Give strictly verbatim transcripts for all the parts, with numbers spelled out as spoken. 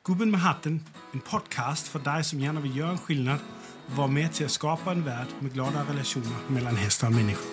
Gubben med hatten, en podcast för dig som gärna vill göra en skillnad och vara med till att skapa en värld med glada relationer mellan hästar och människor.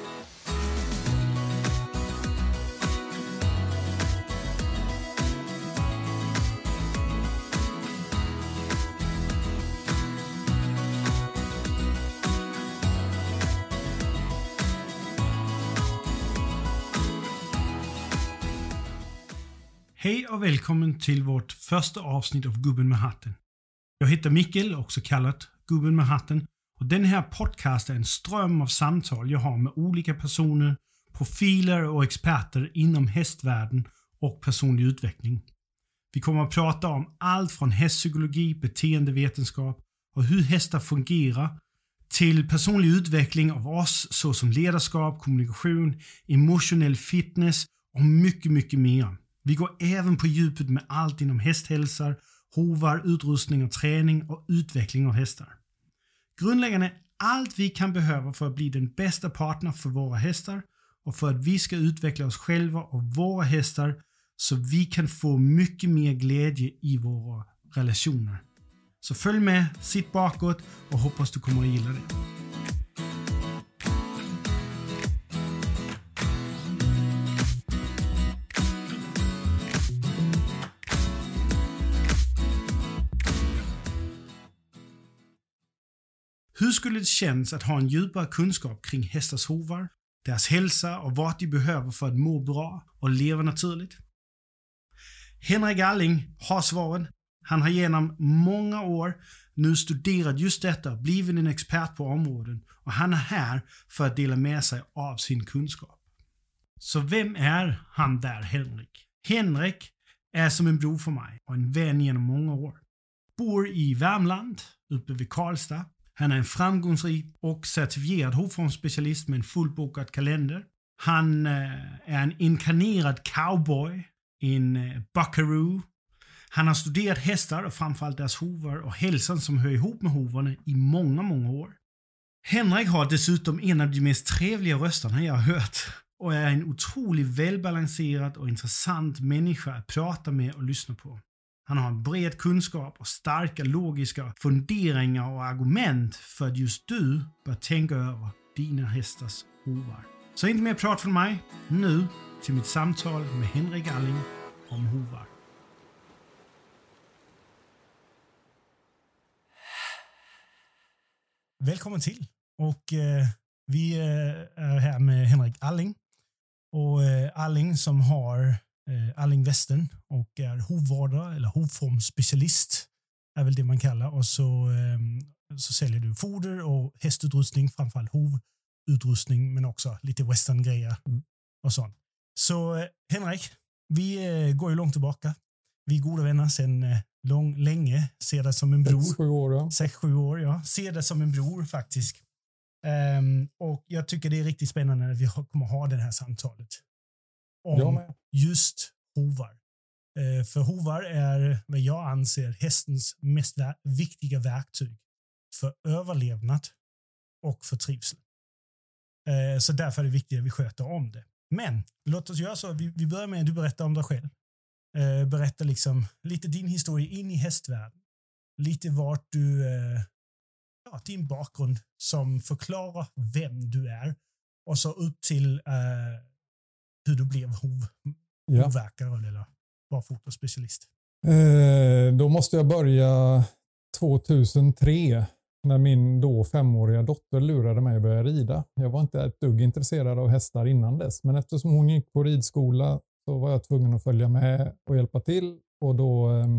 Hej och välkommen till vårt första avsnitt av Gubben med hatten. Jag heter Mikkel, också kallat Gubben med hatten. Och den här podcasten är en ström av samtal jag har med olika personer, profiler och experter inom hästvärlden och personlig utveckling. Vi kommer att prata om allt från hästpsykologi, beteendevetenskap och hur hästar fungerar till personlig utveckling av oss såsom ledarskap, kommunikation, emotionell fitness och mycket, mycket mer. Vi går även på djupet med allt inom hästhälsar, hovar, utrustning och träning och utveckling av hästar. Grundläggande är allt vi kan behöva för att bli den bästa partner för våra hästar och för att vi ska utveckla oss själva och våra hästar så vi kan få mycket mer glädje i våra relationer. Så följ med, sitt bakåt och hoppas du kommer att gilla det. Hur skulle det kännas att ha en djupare kunskap kring hästars hovar, deras hälsa och vad de behöver för att må bra och leva naturligt? Henrik Alling har svaren. Han har genom många år nu studerat just detta, blivit en expert på områden och han är här för att dela med sig av sin kunskap. Så vem är han där, Henrik? Henrik är som en bror för mig och en vän genom många år. Bor i Värmland, uppe vid Karlstad. Han är en framgångsrik och certifierad hovformsspecialist med en fullbokad kalender. Han är en inkarnerad cowboy, en buckaroo. Han har studerat hästar och framförallt deras hovar och hälsan som hör ihop med hovarna i många, många år. Henrik har dessutom en av de mest trevliga rösterna jag har hört och är en otroligt välbalanserad och intressant människa att prata med och lyssna på. Han har en bred kunskap och starka logiska funderingar och argument för att just du bör tänka över dina hästars hovar. Så inte mer prat från mig. Nu till mitt samtal med Henrik Alling om hovar. Välkommen till. Och eh, vi är här med Henrik Alling. Och eh, Alling som har Alling Västern och är hovvårdare eller hovformsspecialist är väl det man kallar, och så, så säljer du foder och hästutrustning, framförallt hovutrustning men också lite westerngrejer mm. och sånt. Så Henrik, vi går ju långt tillbaka. Vi är goda vänner sedan lång, länge, ser det som en bror. Sex, sju år, ja. Sex, sju år, ja. Ser det som en bror faktiskt. Um, och jag tycker det är riktigt spännande när vi kommer ha det här samtalet. Om just hovar. Eh, för hovar är vad jag anser hästens mest vä- viktiga verktyg för överlevnad och för trivsel. Eh, så därför är det viktigt att vi sköter om det. Men låt oss göra så. Vi, vi börjar med att du berättar om dig själv. Eh, berätta liksom lite din historia in i hästvärlden. Lite vart du... Eh, ja, din bakgrund som förklarar vem du är. Och så upp till... Eh, hur du blev hov, ja. hovverkare eller barfotaspecialist. Eh, då måste jag börja tjugohundratre när min då femåriga dotter lurade mig att börja rida. Jag var inte ett dugg intresserad av hästar innan dess, men eftersom hon gick på ridskola så var jag tvungen att följa med och hjälpa till, och då eh,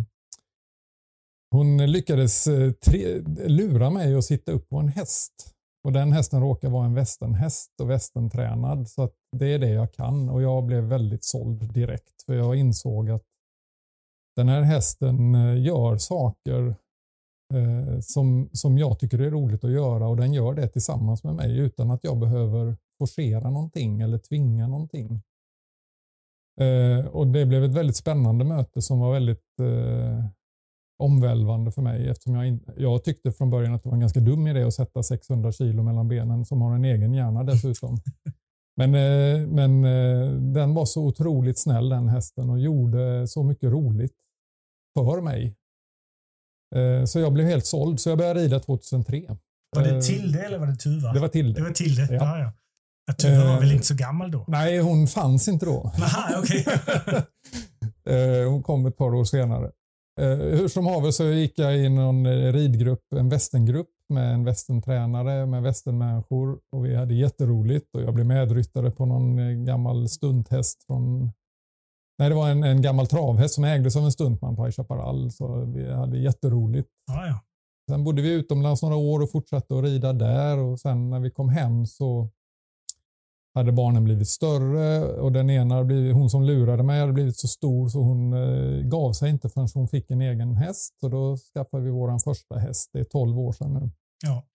hon lyckades eh, tre, lura mig att sitta upp på en häst. Och den hästen råkar vara en västernhäst och västerntränad, så att det är det jag kan. Och jag blev väldigt såld direkt, för jag insåg att den här hästen gör saker eh, som, som jag tycker är roligt att göra, och den gör det tillsammans med mig utan att jag behöver forcera någonting eller tvinga någonting. Eh, och det blev ett väldigt spännande möte som var väldigt... Eh, omvälvande för mig, eftersom jag, in, jag tyckte från början att det var en ganska dum idé att sätta sexhundra kilo mellan benen, som har en egen hjärna dessutom. Men, eh, men eh, den var så otroligt snäll, den hästen, och gjorde så mycket roligt för mig. Eh, så jag blev helt såld, så jag började rida tjugohundratre. Var det Tilde eller var det Tuva? Det var Tilde. Det var Tilde, ja. Ja. ja, ja. Tuva var väl inte så gammal då? Nej, hon fanns inte då. Aha, okej. Okay. Hon kom ett par år senare. Hur som haver så gick jag i någon ridgrupp, en västerngrupp med en västerntränare, med västernmänniskor, och vi hade jätteroligt, och jag blev medryttare på någon gammal stunthäst från... Nej, det var en, en gammal travhäst som ägdes av en stuntman på High Chaparral, så vi hade jätteroligt. Ja, ja. Sen bodde vi utomlands några år och fortsatte att rida där, och sen när vi kom hem så hade barnen blivit större, och den ena, hon som lurade mig, hade blivit så stor så hon eh, gav sig inte förrän hon fick en egen häst, och då skaffade vi våran första häst. Det är tolv år sedan nu. Ja.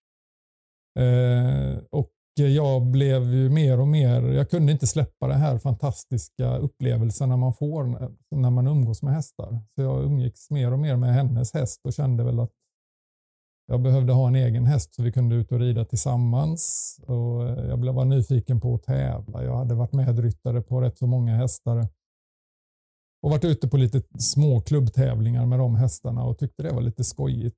Eh, och jag blev ju mer och mer, jag kunde inte släppa det här fantastiska upplevelsen när man får när man umgås med hästar. Så jag umgicks mer och mer med hennes häst och kände väl att jag behövde ha en egen häst så vi kunde ut och rida tillsammans. Och jag blev bara nyfiken på att tävla. Jag hade varit medryttare på rätt så många hästar. Och varit ute på lite små klubbtävlingar med de hästarna och tyckte det var lite skojigt.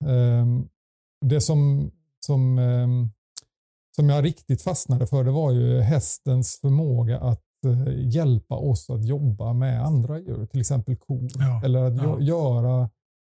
Det som, som, som jag riktigt fastnade för, det var ju hästens förmåga att hjälpa oss att jobba med andra djur. Till exempel kor. Ja, eller att ja. göra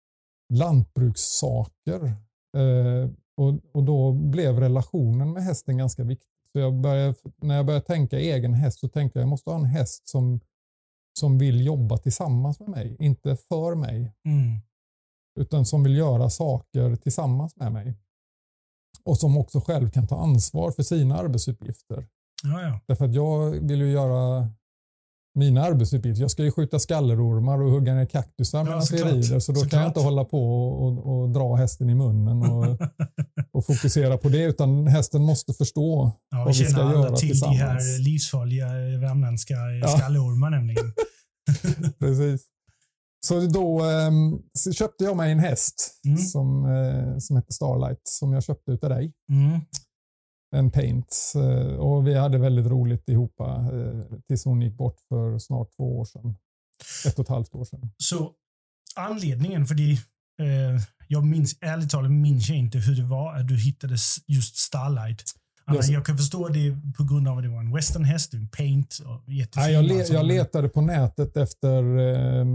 lantbrukssaker. Eh, och, och då blev relationen med hästen ganska viktig. Så jag började, när jag började tänka egen häst så tänkte jag jag måste ha en häst som, som vill jobba tillsammans med mig. Inte för mig. Mm. Utan som vill göra saker tillsammans med mig. Och som också själv kan ta ansvar för sina arbetsuppgifter. Ja, ja. Därför att jag vill ju göra mina arbetsuppgifter. Jag ska ju skjuta skallerormar och hugga ner kaktusar medan vi rider. Så då såklart. Kan jag inte hålla på och, och, och dra hästen i munnen och, och fokusera på det. Utan hästen måste förstå ja, vad vi ska göra till tillsammans. De här livsfarliga värmländska ja. skallerormar nämligen. Precis. Så då um, så köpte jag mig en häst mm. som, uh, som heter Starlight. Som jag köpte utav dig. Mm. En paint. Och vi hade väldigt roligt ihop tills hon gick bort för snart två år sedan. Ett och ett halvt år sedan. Så anledningen för det, eh, jag minns, ärligt talat minns jag inte hur det var att du hittade just Starlight. Alltså, jag kan förstå det på grund av att det var en westernhäst, en paint och jättefin. Nej, jag, le- jag letade på nätet efter eh,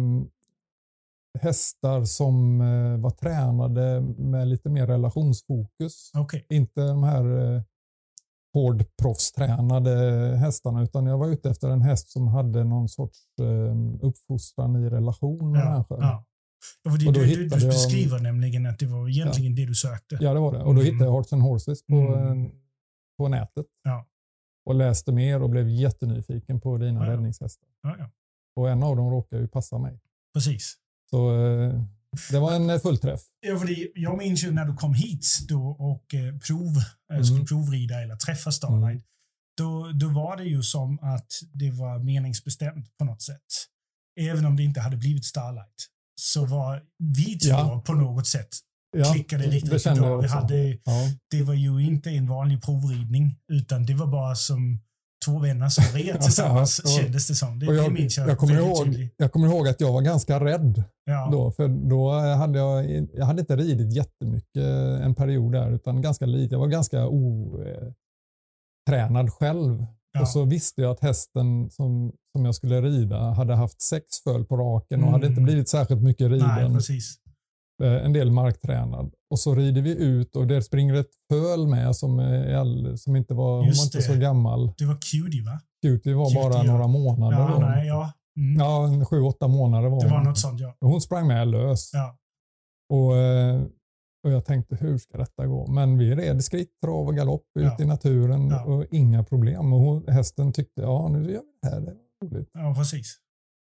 hästar som eh, var tränade med lite mer relationsfokus. Okay. Inte de här eh, hårdproffstränade hästarna, utan jag var ute efter en häst som hade någon sorts eh, uppfostran i relation med ja, människor. Ja. Ja, du, du, du beskriver jag, nämligen att det var egentligen ja. det du sökte. Ja, det var det. Och då mm. hittade jag Hearts and Horses på, mm. på nätet. Ja. Och läste mer och blev jättenyfiken på dina ja, ja. räddningshästar. Ja, ja. Och en av dem råkade ju passa mig. Precis. Så eh, det var en fullträff. Ja, för det, jag minns ju när du kom hit då och eh, prov, mm. skulle provrida eller träffa Starlight. Mm. Då, då var det ju som att det var meningsbestämt på något sätt. Även om det inte hade blivit Starlight. Så var vi två ja. på något sätt ja, klickade riktigt, riktigt bra. Vi hade, ja. Det var ju inte en vanlig provridning, utan det var bara som två vänner som red tillsammans, ja, och, kändes det som. Det, jag, det minns jag, jag, kommer ihåg, jag kommer ihåg att jag var ganska rädd ja. då, för då hade jag, jag hade inte ridit jättemycket en period där, utan ganska lite. Jag var ganska otränad själv. Ja. Och så visste jag att hästen som, som jag skulle rida hade haft sex föl på raken och mm. hade inte blivit särskilt mycket riden. Nej, precis. En del marktränad. Och så rider vi ut och det springer ett föl med som, är, som inte var, hon var inte så gammal. Det var Cutie, va? Cutie var Cutie, bara ja. några månader. Ja, nej, ja. Mm. Ja, sju, åtta månader var det. Var hon. något sånt, ja. Och hon sprang med lös. Ja. Och, och jag tänkte, hur ska detta gå? Men vi red skritt, trav och galopp ut ja. i naturen ja. och inga problem. Och hon, hästen tyckte, ja, nu gör vi det här. Det var roligt. Ja, precis.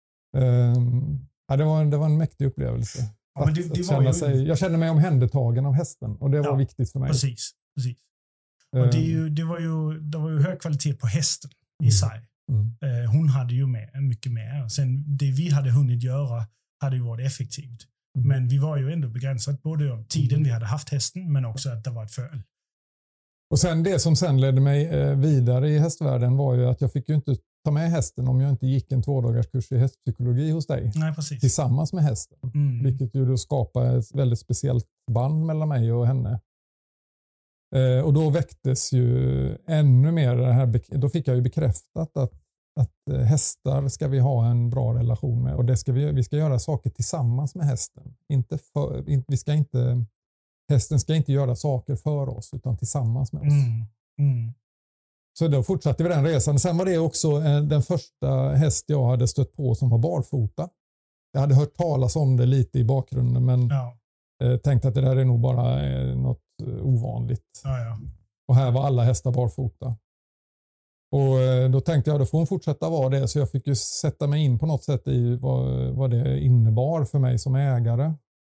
Um, ja, det, var, det var en mäktig upplevelse. Ja, men det, det känna ju... sig, jag kände mig omhändertagen av hästen och det ja, var viktigt för mig. Precis, precis. Och det, är ju, det, var ju, det var ju hög kvalitet på hästen mm. i sig. Mm. Hon hade ju med, mycket med. Sen det vi hade hunnit göra hade ju varit effektivt. Mm. Men vi var ju ändå begränsat både av tiden vi hade haft hästen men också att det var ett föl. Och sen det som sen ledde mig vidare i hästvärlden var ju att jag fick ju inte ta med hästen om jag inte gick en två dagars kurs i hästpsykologi hos dig. Nej, precis. Tillsammans med hästen. Mm. Vilket ju då skapar ett väldigt speciellt band mellan mig och henne. Eh, och då väcktes ju ännu mer det här, då fick jag ju bekräftat att, att hästar ska vi ha en bra relation med. Och det ska vi, vi ska göra saker tillsammans med hästen. Inte för, vi ska inte, hästen ska inte göra saker för oss utan tillsammans med oss. Mm. Mm. Så då fortsatte vi den resan. Sen var det också den första häst jag hade stött på som var barfota. Jag hade hört talas om det lite i bakgrunden men Ja. eh, tänkte att det där är nog bara eh, något ovanligt. Ja, ja. Och här var alla hästar barfota. Och eh, då tänkte jag då får hon fortsätta vara det. Så jag fick ju sätta mig in på något sätt i vad, vad det innebar för mig som ägare.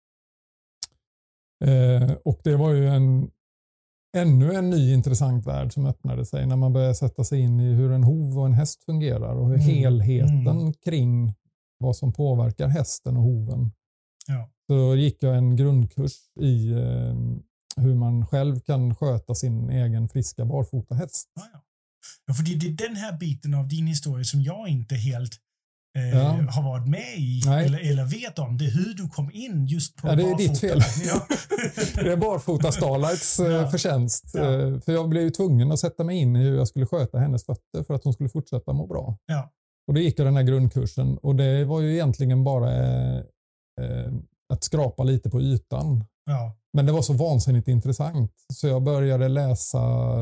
Eh, och det var ju en ännu en ny intressant värld som öppnade sig när man började sätta sig in i hur en hov och en häst fungerar och hur Mm. helheten Mm. kring vad som påverkar hästen och hoven. Ja. Så gick jag en grundkurs i eh, hur man själv kan sköta sin egen friska barfota häst. Ja, ja. Ja, för det är den här biten av din historia som jag inte helt eh, Ja. har varit med i eller, eller vet om. Det är hur du kom in just på Ja, det är barfota. ditt fel. Ja. Det är barfota Starlights eh, Ja. förtjänst. Ja. Eh, För jag blev ju tvungen att sätta mig in i hur jag skulle sköta hennes fötter för att hon skulle fortsätta må bra. Ja. Och då gick jag den här grundkursen och det var ju egentligen bara eh, eh, att skrapa lite på ytan. Ja. Men det var så vansinnigt intressant så jag började läsa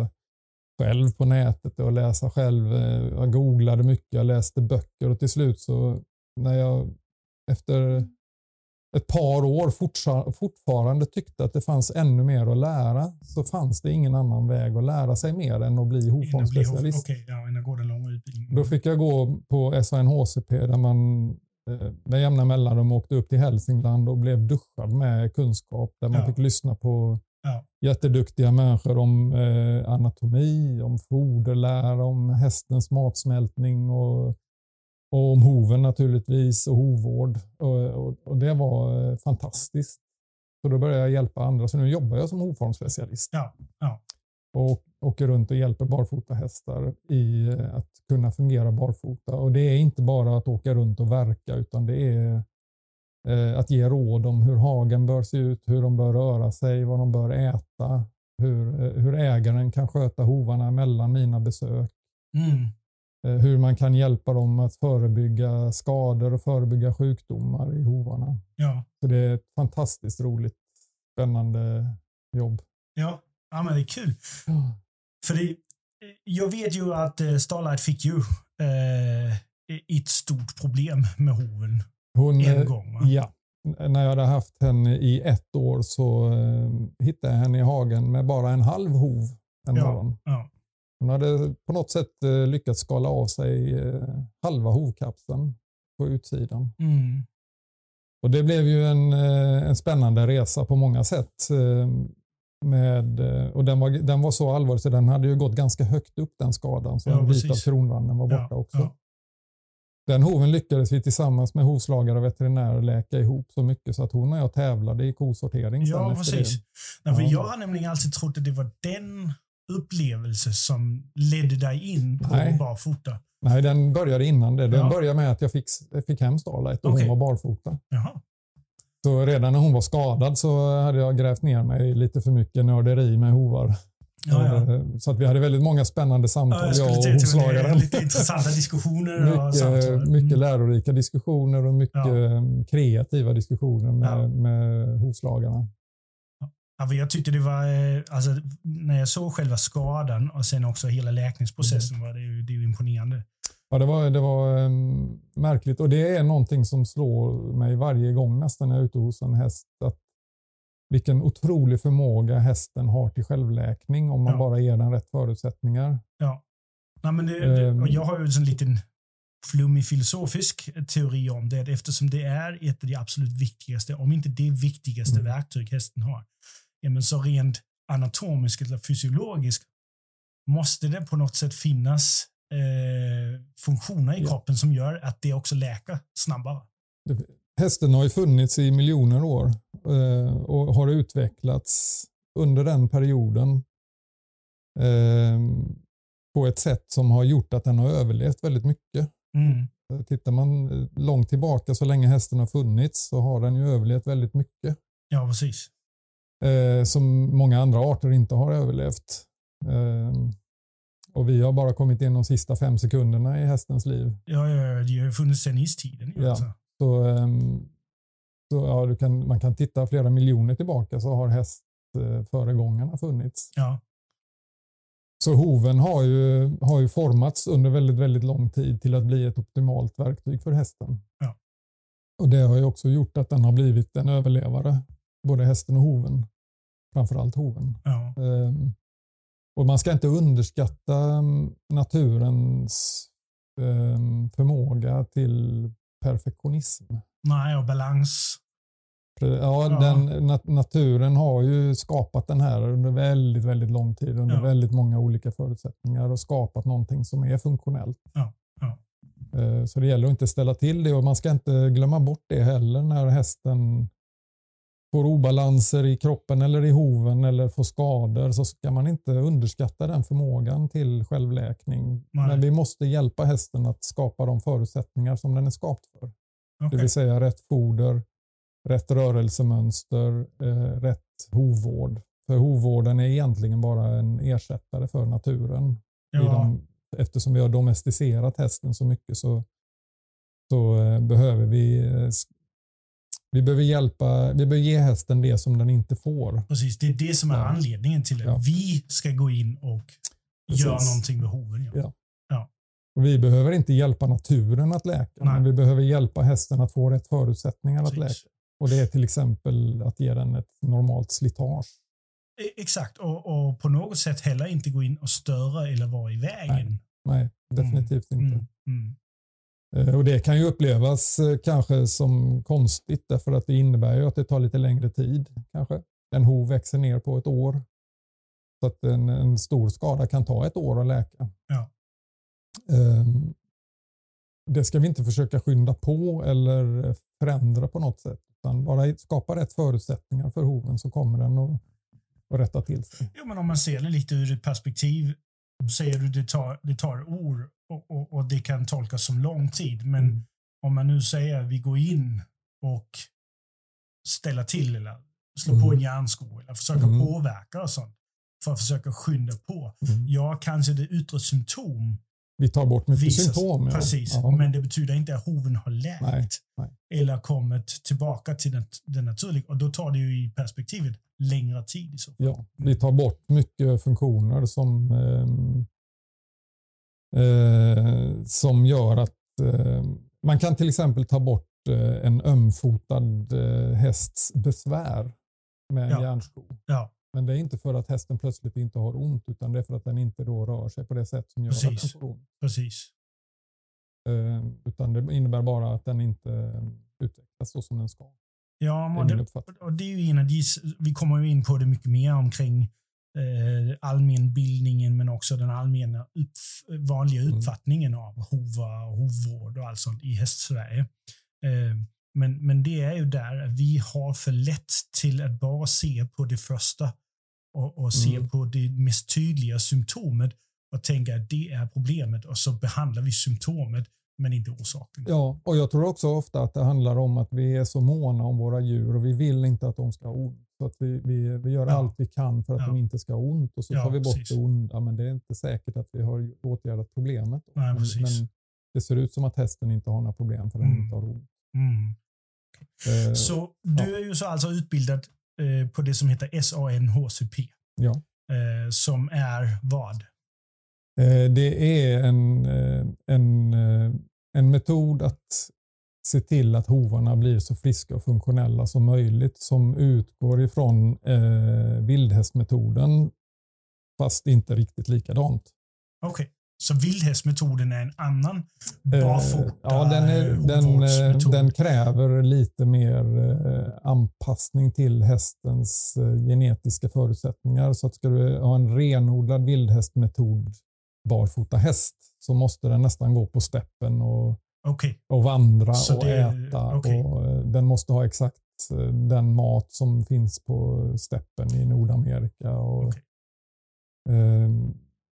själv på nätet och läsa själv. Jag googlade mycket, jag läste böcker och till slut så när jag efter ett par år fortfarande tyckte att det fanns ännu mer att lära så fanns det ingen annan väg att lära sig mer än att bli hovformsspecialist. Okej, ja, innan går den långa utbildningen. Då fick jag gå på S A N H C P där man med jämna mellanrum åkte upp till Hälsingland och blev duschad med kunskap där man Ja. fick lyssna på Ja. jätteduktiga människor om eh, anatomi, om foderlära, om hästens matsmältning och, och om hoven naturligtvis och hovvård. Och, och, och det var eh, fantastiskt. Så då började jag hjälpa andra. Så nu jobbar jag som hovformsspecialist. Ja. Ja. Och åker runt och hjälper barfota hästar i eh, att kunna fungera barfota. Och det är inte bara att åka runt och verka utan det är eh, att ge råd om hur hagen bör se ut, hur de bör röra sig, vad de bör äta, hur, eh, hur ägaren kan sköta hovarna mellan mina besök. Mm. Eh, hur man kan hjälpa dem att förebygga skador och förebygga sjukdomar i hovarna. Ja. Så det är ett fantastiskt roligt, spännande jobb. Ja. Ja, men det är kul. För det, jag vet ju att eh, Starlight fick ju eh, ett stort problem med hoven Hon, en gång. Va? Ja, när jag hade haft henne i ett år så eh, hittade jag henne i hagen med bara en halv hov en Ja, morgon. ja. Hon hade på något sätt eh, lyckats skala av sig eh, halva hovkapseln på utsidan. Mm. Och det blev ju en, eh, en spännande resa på många sätt. Eh, med, eh, och den var, den var så allvarlig så den hade ju gått ganska högt upp den skadan. Så Ja, en bit av precis. kronranden var borta Ja, också. ja. Den hoven lyckades vi tillsammans med hovslagare och veterinärer läka ihop så mycket så att hon och jag tävlade i kosortering. sen Ja, efter precis. det. Nej, för Ja. jag har nämligen alltid trott att det var den upplevelse som ledde dig in på Nej. barfota. Nej, den började innan det. Den Ja. började med att jag fick, jag fick hem Starlight och Okej. hon var barfota. Jaha. Så redan när hon var skadad så hade jag grävt ner mig i lite för mycket nörderi med hovar. Ja, ja. Så att vi hade väldigt många spännande Ja, samtal, jag jag skulle och till till hovslagaren. lite intressanta diskussioner och samtal. Mycket, mycket lärorika diskussioner och mycket Ja. kreativa diskussioner med, Ja. med hovslagarna. Ja, för jag tyckte det var, eh, alltså, när jag såg själva skadan och sen också hela läkningsprocessen var det ju, det är ju imponerande. Ja, det var, det var um, märkligt och det är någonting som slår mig varje gång nästan när jag är ute hos en häst. Att vilken otrolig förmåga hästen har till självläkning om man Ja. bara ger den rätt förutsättningar. Ja. Nej, men det, det, Ehm. och jag har ju en sån liten flummig filosofisk teori om det, eftersom det är ett av de absolut viktigaste, om inte det viktigaste Mm. verktyg hästen har. Ja, men så rent anatomiskt eller fysiologiskt måste det på något sätt finnas eh, funktioner i Ja. kroppen som gör att det också läker snabbare. Hästen har ju funnits i miljoner år eh, och har utvecklats under den perioden. Eh, på ett sätt som har gjort att den har överlevt väldigt mycket. Mm. Tittar man långt tillbaka så länge hästen har funnits så har den ju överlevt väldigt mycket. Ja, precis. Eh, som många andra arter inte har överlevt. Eh, och vi har bara kommit in de sista fem sekunderna i hästens liv. Ja, ja, de har ju funnits sedan istiden. Ja. Alltså. Så, eh, så ja, du kan, man kan titta flera miljoner tillbaka så har hästföregångarna funnits. Ja. Så hoven har ju, har ju formats under väldigt, väldigt lång tid till att bli ett optimalt verktyg för hästen. Ja. Och det har ju också gjort att den har blivit en överlevare. Både hästen och hoven. Framförallt hoven. Ja. Um, och man ska inte underskatta naturens um, förmåga till perfektionism. Nej, och balans. Ja, Ja. Den, nat- naturen har ju skapat den här under väldigt, väldigt lång tid. Under Ja. väldigt många olika förutsättningar och skapat någonting som är funktionellt. Ja. Ja. Uh, så det gäller att inte ställa till det och man ska inte glömma bort det heller när hästen får obalanser i kroppen eller i hoven eller får skador, så ska man inte underskatta den förmågan till självläkning. Nej. Men vi måste hjälpa hästen att skapa de förutsättningar som den är skapt för. Okay. Det vill säga rätt foder, rätt rörelsemönster, eh, rätt hovvård. För hovvården är egentligen bara en ersättare för naturen. Ja. I de, eftersom vi har domesticerat hästen så mycket så, så eh, behöver vi eh, Vi behöver hjälpa, vi behöver ge hästen det som den inte får. Precis, det är det som är Ja. anledningen till att Ja. vi ska gå in och Precis. göra någonting med hoven. Ja. Ja. Ja. Och vi behöver inte hjälpa naturen att läka, Nej. men vi behöver hjälpa hästen att få rätt förutsättningar att Precis. läka. Och det är till exempel att ge den ett normalt slitage. E- Exakt, och, och på något sätt heller inte gå in och störa eller vara i vägen. Nej, definitivt Mm. inte. Mm. Mm. Eh, Och det kan ju upplevas eh, kanske som konstigt därför att det innebär ju att det tar lite längre tid kanske. En hov växer ner på ett år. Så att en, en stor skada kan ta ett år att läka. Ja. Um, det ska vi inte försöka skynda på eller förändra på något sätt. Utan bara skapa rätt förutsättningar för hoven så kommer den att, att rätta till sig. Jo, men om man ser det lite ur ett perspektiv, säger du det tar, det tar år och, och, och det kan tolkas som lång tid. Men Mm. om man nu säger att vi går in och ställer till eller slår Mm. på en järnsko eller försöker Mm. påverka och sånt för att försöka skynda på. Mm. Ja, kanske det yttre symptom Vi tar bort mycket visas. symptom. Ja. Precis, Ja. men det betyder inte att hoven har läkt Nej, nej. eller kommit tillbaka till den, den naturliga. Och då tar det ju i perspektivet längre tid i så fall. Ja, vi tar bort mycket funktioner som, eh, eh, som gör att eh, man kan till exempel ta bort eh, en ömfotad eh, hästs besvär med en Ja. järnsko. Ja, Men det är inte för att hästen plötsligt inte har ont utan det är för att den inte då rör sig på det sätt som gör att Precis. den får ont. precis. Eh, utan det innebär bara att den inte utvecklas så som den ska. Ja, Det är och min det, uppfattning. och det är ju en av de, vi kommer ju in på det mycket mer omkring eh, allmänbildningen men också den allmänna upp, vanliga Mm. uppfattningen av hovar och hovvård och allt sånt i hästsverige. Eh, men, men det är ju där att vi har för lätt till att bara se på det första och, och se Mm. på det mest tydliga symptomet och tänka att det är problemet och så behandlar vi symptomet men inte orsaken. Ja, och jag tror också ofta att det handlar om att vi är så måna om våra djur och vi vill inte att de ska ha ont. Så att vi, vi, vi gör Ja. allt vi kan för att Ja. de inte ska ha ont och så Ja, tar vi bort precis. det onda, men det är inte säkert att vi har åtgärdat problemet. Nej, men, precis. men det ser ut som att hästen inte har några problem för den Mm. inte har ont. Mm. Eh, Så du är ju så alltså utbildad eh, på det som heter S A N H C P. ja. Eh, som är vad? Eh, det är en, eh, en, eh, en metod att se till att hovarna blir så friska och funktionella som möjligt som utgår ifrån eh, vildhästmetoden fast inte riktigt likadant. Okej, okay. Så vildhästmetoden är en annan barfota Eh, ja, den, är, den, hovvårdsmetod. den kräver lite mer eh, anpassning till hästens eh, genetiska förutsättningar. Så att ska du ha en renodlad vildhästmetod barfota häst så måste den nästan gå på steppen och, okay. och vandra så och det, äta. Okay. Och, eh, den måste ha exakt eh, den mat som finns på steppen i Nordamerika. Och, okay. eh,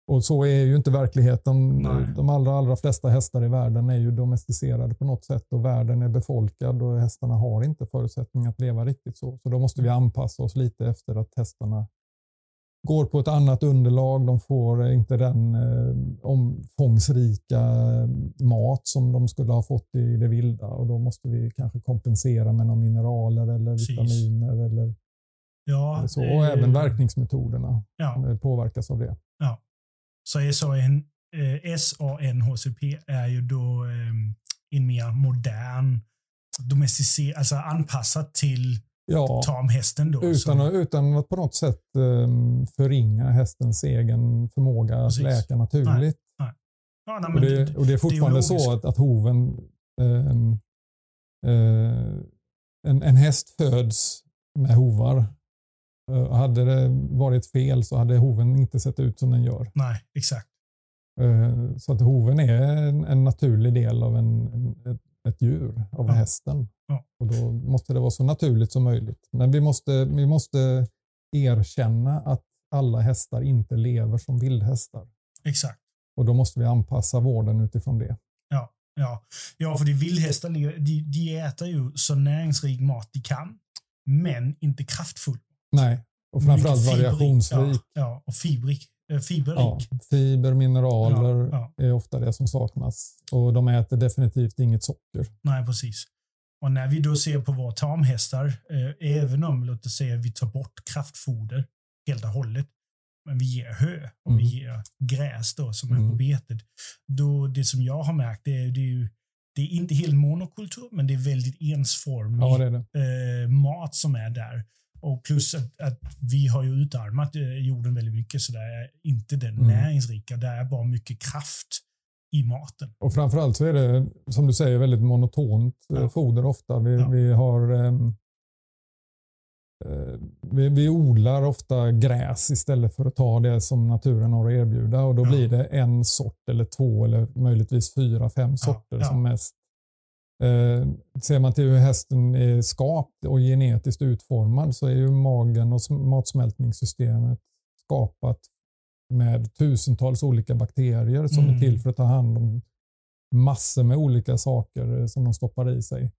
Och så är ju inte verkligheten. Nej. De allra, allra flesta hästar i världen är ju domesticerade på något sätt och världen är befolkad och hästarna har inte förutsättning att leva riktigt så. Så då måste vi anpassa oss lite efter att hästarna går på ett annat underlag. De får inte den eh, omfångsrika mat som de skulle ha fått i det vilda och då måste vi kanske kompensera med några mineraler eller Precis. vitaminer eller, ja, eller så. det, Och även verkningsmetoderna ja. påverkas av det. Ja. Så S A N, eh, S A N H C P är ju då eh, en mer modern domesticerad, alltså anpassad till Ja, tamhästen då. utan, att, utan att på något sätt um, förringa hästens egen förmåga Precis. att läka naturligt. Nej, nej. Ja, nej, och, det, och det är fortfarande det är så att, att hoven, um, uh, en, en häst föds med hovar. Uh, hade det varit fel så hade hoven inte sett ut som den gör. Nej, exakt. Uh, så att hoven är en, en naturlig del av en, en, ett, ett djur, av ja. hästen. Ja. Och då måste det vara så naturligt som möjligt. Men vi måste, vi måste erkänna att alla hästar inte lever som vildhästar. Exakt. Och då måste vi anpassa vården utifrån det. Ja, ja. ja för de vildhästar de, de äter ju så näringsrik mat de kan, men inte kraftfull. Nej, och framförallt fibrig, variationsrik. Ja, ja, och fibrig, äh, fiberrik. Ja, fiber, mineraler ja, ja. är ofta det som saknas. Och de äter definitivt inget socker. Nej, precis. Och när vi då ser på våra tamhästar, eh, även om låt oss säga vi tar bort kraftfoder helt och hållet, men vi ger hö och mm. vi ger gräs då som mm. är på betet, då det som jag har märkt det är, det är ju det är inte helt monokultur, men det är väldigt ensformig ja, det är det. Eh, mat som är där. Och plus att, att vi har ju utarmat eh, jorden väldigt mycket, så det är inte den mm. näringsrika, det är bara mycket kraft i maten. Och framförallt så är det, som du säger, väldigt monotont ja. foder ofta. Vi, ja. vi har um, uh, vi, vi odlar ofta gräs istället för att ta det som naturen har att erbjuda. Och då ja. blir det en sort eller två eller möjligtvis fyra, fem sorter ja. Ja. som mest. Uh, ser man till hur hästen är skapt och genetiskt utformad så är ju magen och matsmältningssystemet skapat med tusentals olika bakterier som mm. är till för att ta hand om massor med olika saker som de stoppar i sig.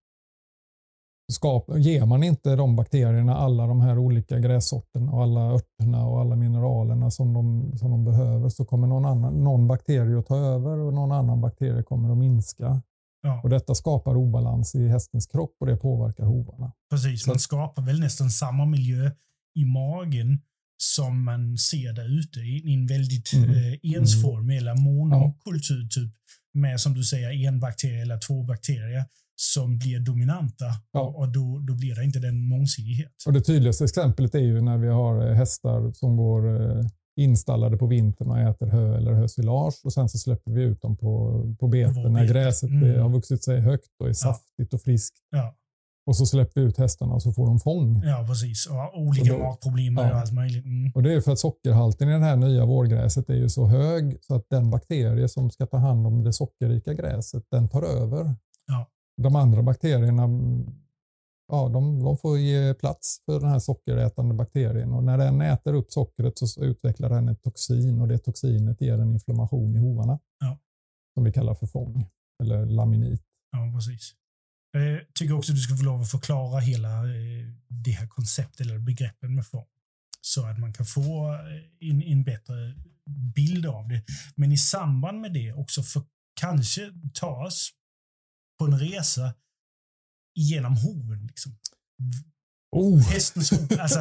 Skap, ger man inte de bakterierna alla de här olika grässorterna och alla örterna och alla mineralerna som de, som de behöver så kommer någon, annan, någon bakterie att ta över och någon annan bakterie kommer att minska. Ja. Och detta skapar obalans i hästens kropp och det påverkar hovarna. Precis, man skapar väl nästan samma miljö i magen som man ser där ute i en väldigt mm. eh, ensformig eller monokultur typ med som du säger en bakterie eller två bakterier som blir dominanta ja. och, och då, då blir det inte den mångsidighet. Och det tydligaste exemplet är ju när vi har hästar som går eh, installade på vintern och äter hö eller hösilage och sen så släpper vi ut dem på, på beten när gräset mm. har vuxit sig högt och är saftigt ja. och friskt. Ja. Och så släpper vi ut hästarna och så får de fång. Ja, precis. Och olika magproblem och ja. allt möjligt. Mm. Och det är för att sockerhalten i det här nya vårgräset är ju så hög så att den bakterie som ska ta hand om det sockerrika gräset, den tar över. Ja. De andra bakterierna, ja, de, de får ge plats för den här sockerätande bakterien. Och när den äter upp sockret så utvecklar den ett toxin och det toxinet ger en inflammation i hovarna. Ja. Som vi kallar för fång eller laminit. Ja, precis. Jag tycker också att du ska få lov att förklara hela det här konceptet eller begreppen med fång så att man kan få en, en bättre bild av det. Men i samband med det också för kanske ta oss på en resa genom hoven. Liksom. Oh. Hästens hov. Alltså,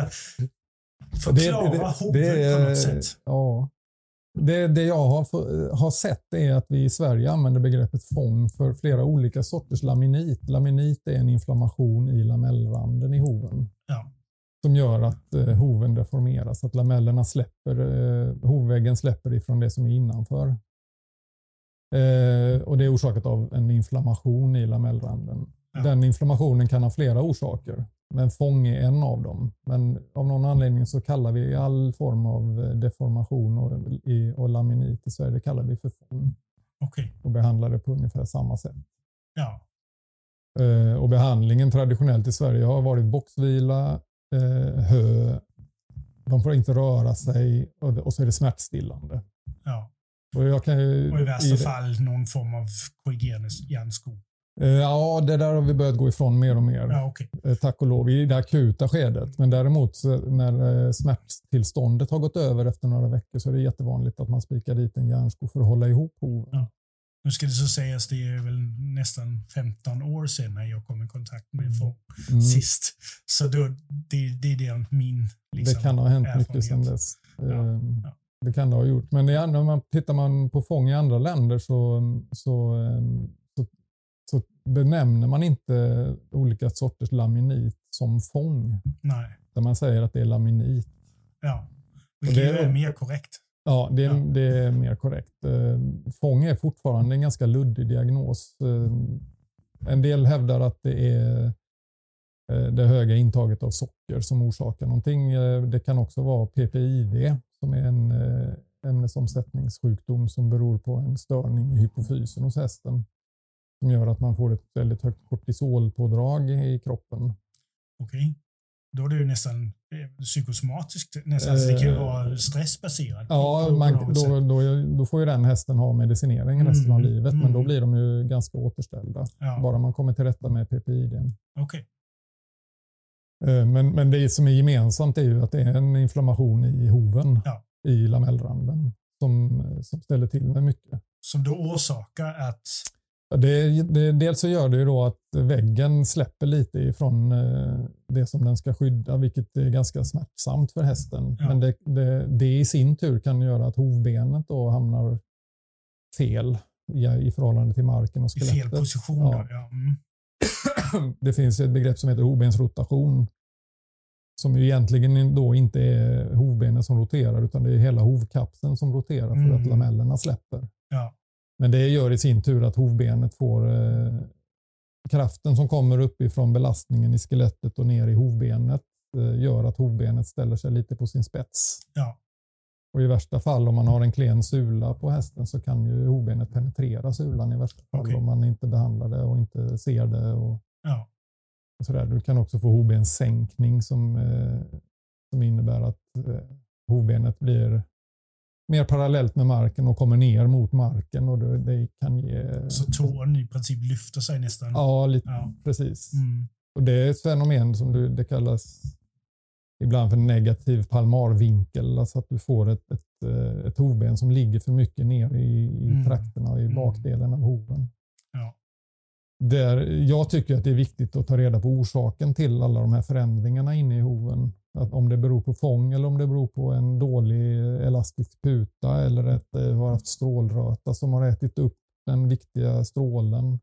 förklara det, det, det, hoven det, på något sätt. Ja. Det, det jag har, för, har sett är att vi i Sverige använder begreppet fång för flera olika sorters laminit. Laminit är en inflammation i lamellranden i hoven. Ja. Som gör att eh, hoven deformeras. Att lamellerna släpper, eh, hovväggen släpper ifrån det som är innanför. Eh, och det är orsakat av en inflammation i lamellranden. Ja. Den inflammationen kan ha flera orsaker. Men fång är en av dem. Men av någon anledning så kallar vi all form av deformation och, i, och laminit i Sverige, det kallar vi för fång. Okay. Och behandlar det på ungefär samma sätt. Ja. Eh, och behandlingen traditionellt i Sverige har varit boxvila, eh, hö, De får inte röra sig och, och så är det smärtstillande. Ja. Och, jag kan ju, och i värsta i fall någon form av korrigerande hjärnsko. Ja, det där har vi börjat gå ifrån mer och mer. Ja, okay. Tack och lov i det akuta skedet. Men däremot när smärttillståndet har gått över efter några veckor så är det jättevanligt att man spikar dit en järnsko för att hålla ihop hoven. Ja. Nu ska det så sägas, det är väl nästan femton år sedan när jag kom i kontakt med Fång mm. sist. Så då, det, det är det min liksom, det kan ha hänt mycket sedan dess. Ja. Ja. Det kan det ha gjort. Men det, när man tittar man på fång i andra länder så, så, så, så benämner man inte olika sorters laminit som fång. Nej. Där man säger att det är laminit. Ja, och det är mer korrekt. Ja, det är, ja. det är mer korrekt. Fång är fortfarande en ganska luddig diagnos. En del hävdar att det är det höga intaget av socker som orsakar någonting. Det kan också vara P P I D som är en ämnesomsättningssjukdom som beror på en störning i hypofysen hos hästen som gör att man får ett väldigt högt kortisolpådrag i kroppen. Okej. Okay. Då är det ju nästan psykosomatiskt, nästan, så det kan ju vara stressbaserat. Ja, man, då, då, då får ju den hästen ha medicinering mm, resten av livet, mm. men då blir de ju ganska återställda. Ja. Bara man kommer till rätta med P P I D. Okej. Men, men det som är gemensamt är ju att det är en inflammation i hoven, ja. i lamellranden, som, som ställer till med mycket. Som då orsakar att... Det, det, dels så gör det ju då att väggen släpper lite ifrån det som den ska skydda, vilket är ganska smärtsamt för hästen. Ja. Men det, det, det i sin tur kan göra att hovbenet då hamnar fel i, i förhållande till marken och skelettet. I fel position. Ja. Ja. Mm. Det finns ett begrepp som heter hovbensrotation som ju egentligen då inte är hovbenen som roterar utan det är hela hovkapseln som roterar för mm. att lamellerna släpper. Ja. Men det gör i sin tur att hovbenet får eh, kraften som kommer uppifrån belastningen i skelettet och ner i hovbenet eh, gör att hovbenet ställer sig lite på sin spets. Ja. Och i värsta fall om man har en klen sula på hästen så kan ju hovbenet penetrera sulan i värsta fall okay. om man inte behandlar det och inte ser det. Och, ja. och sådär. Du kan också få hovbenssänkning som, eh, som innebär att eh, hovbenet blir mer parallellt med marken och kommer ner mot marken och det, det kan ge... Så tån i princip lyfter sig nästan? Ja, lite, ja. precis. Mm. Och det är ett fenomen som det, det kallas ibland för negativ palmarvinkel, alltså att du får ett, ett, ett hovben som ligger för mycket ner i, i mm. trakterna och i bakdelen av hoven. Ja. Där jag tycker att det är viktigt att ta reda på orsaken till alla de här förändringarna inne i hoven. Att om det beror på fång eller om det beror på en dålig elastisk puta eller att det har haft strålröta som har ätit upp den viktiga strålen.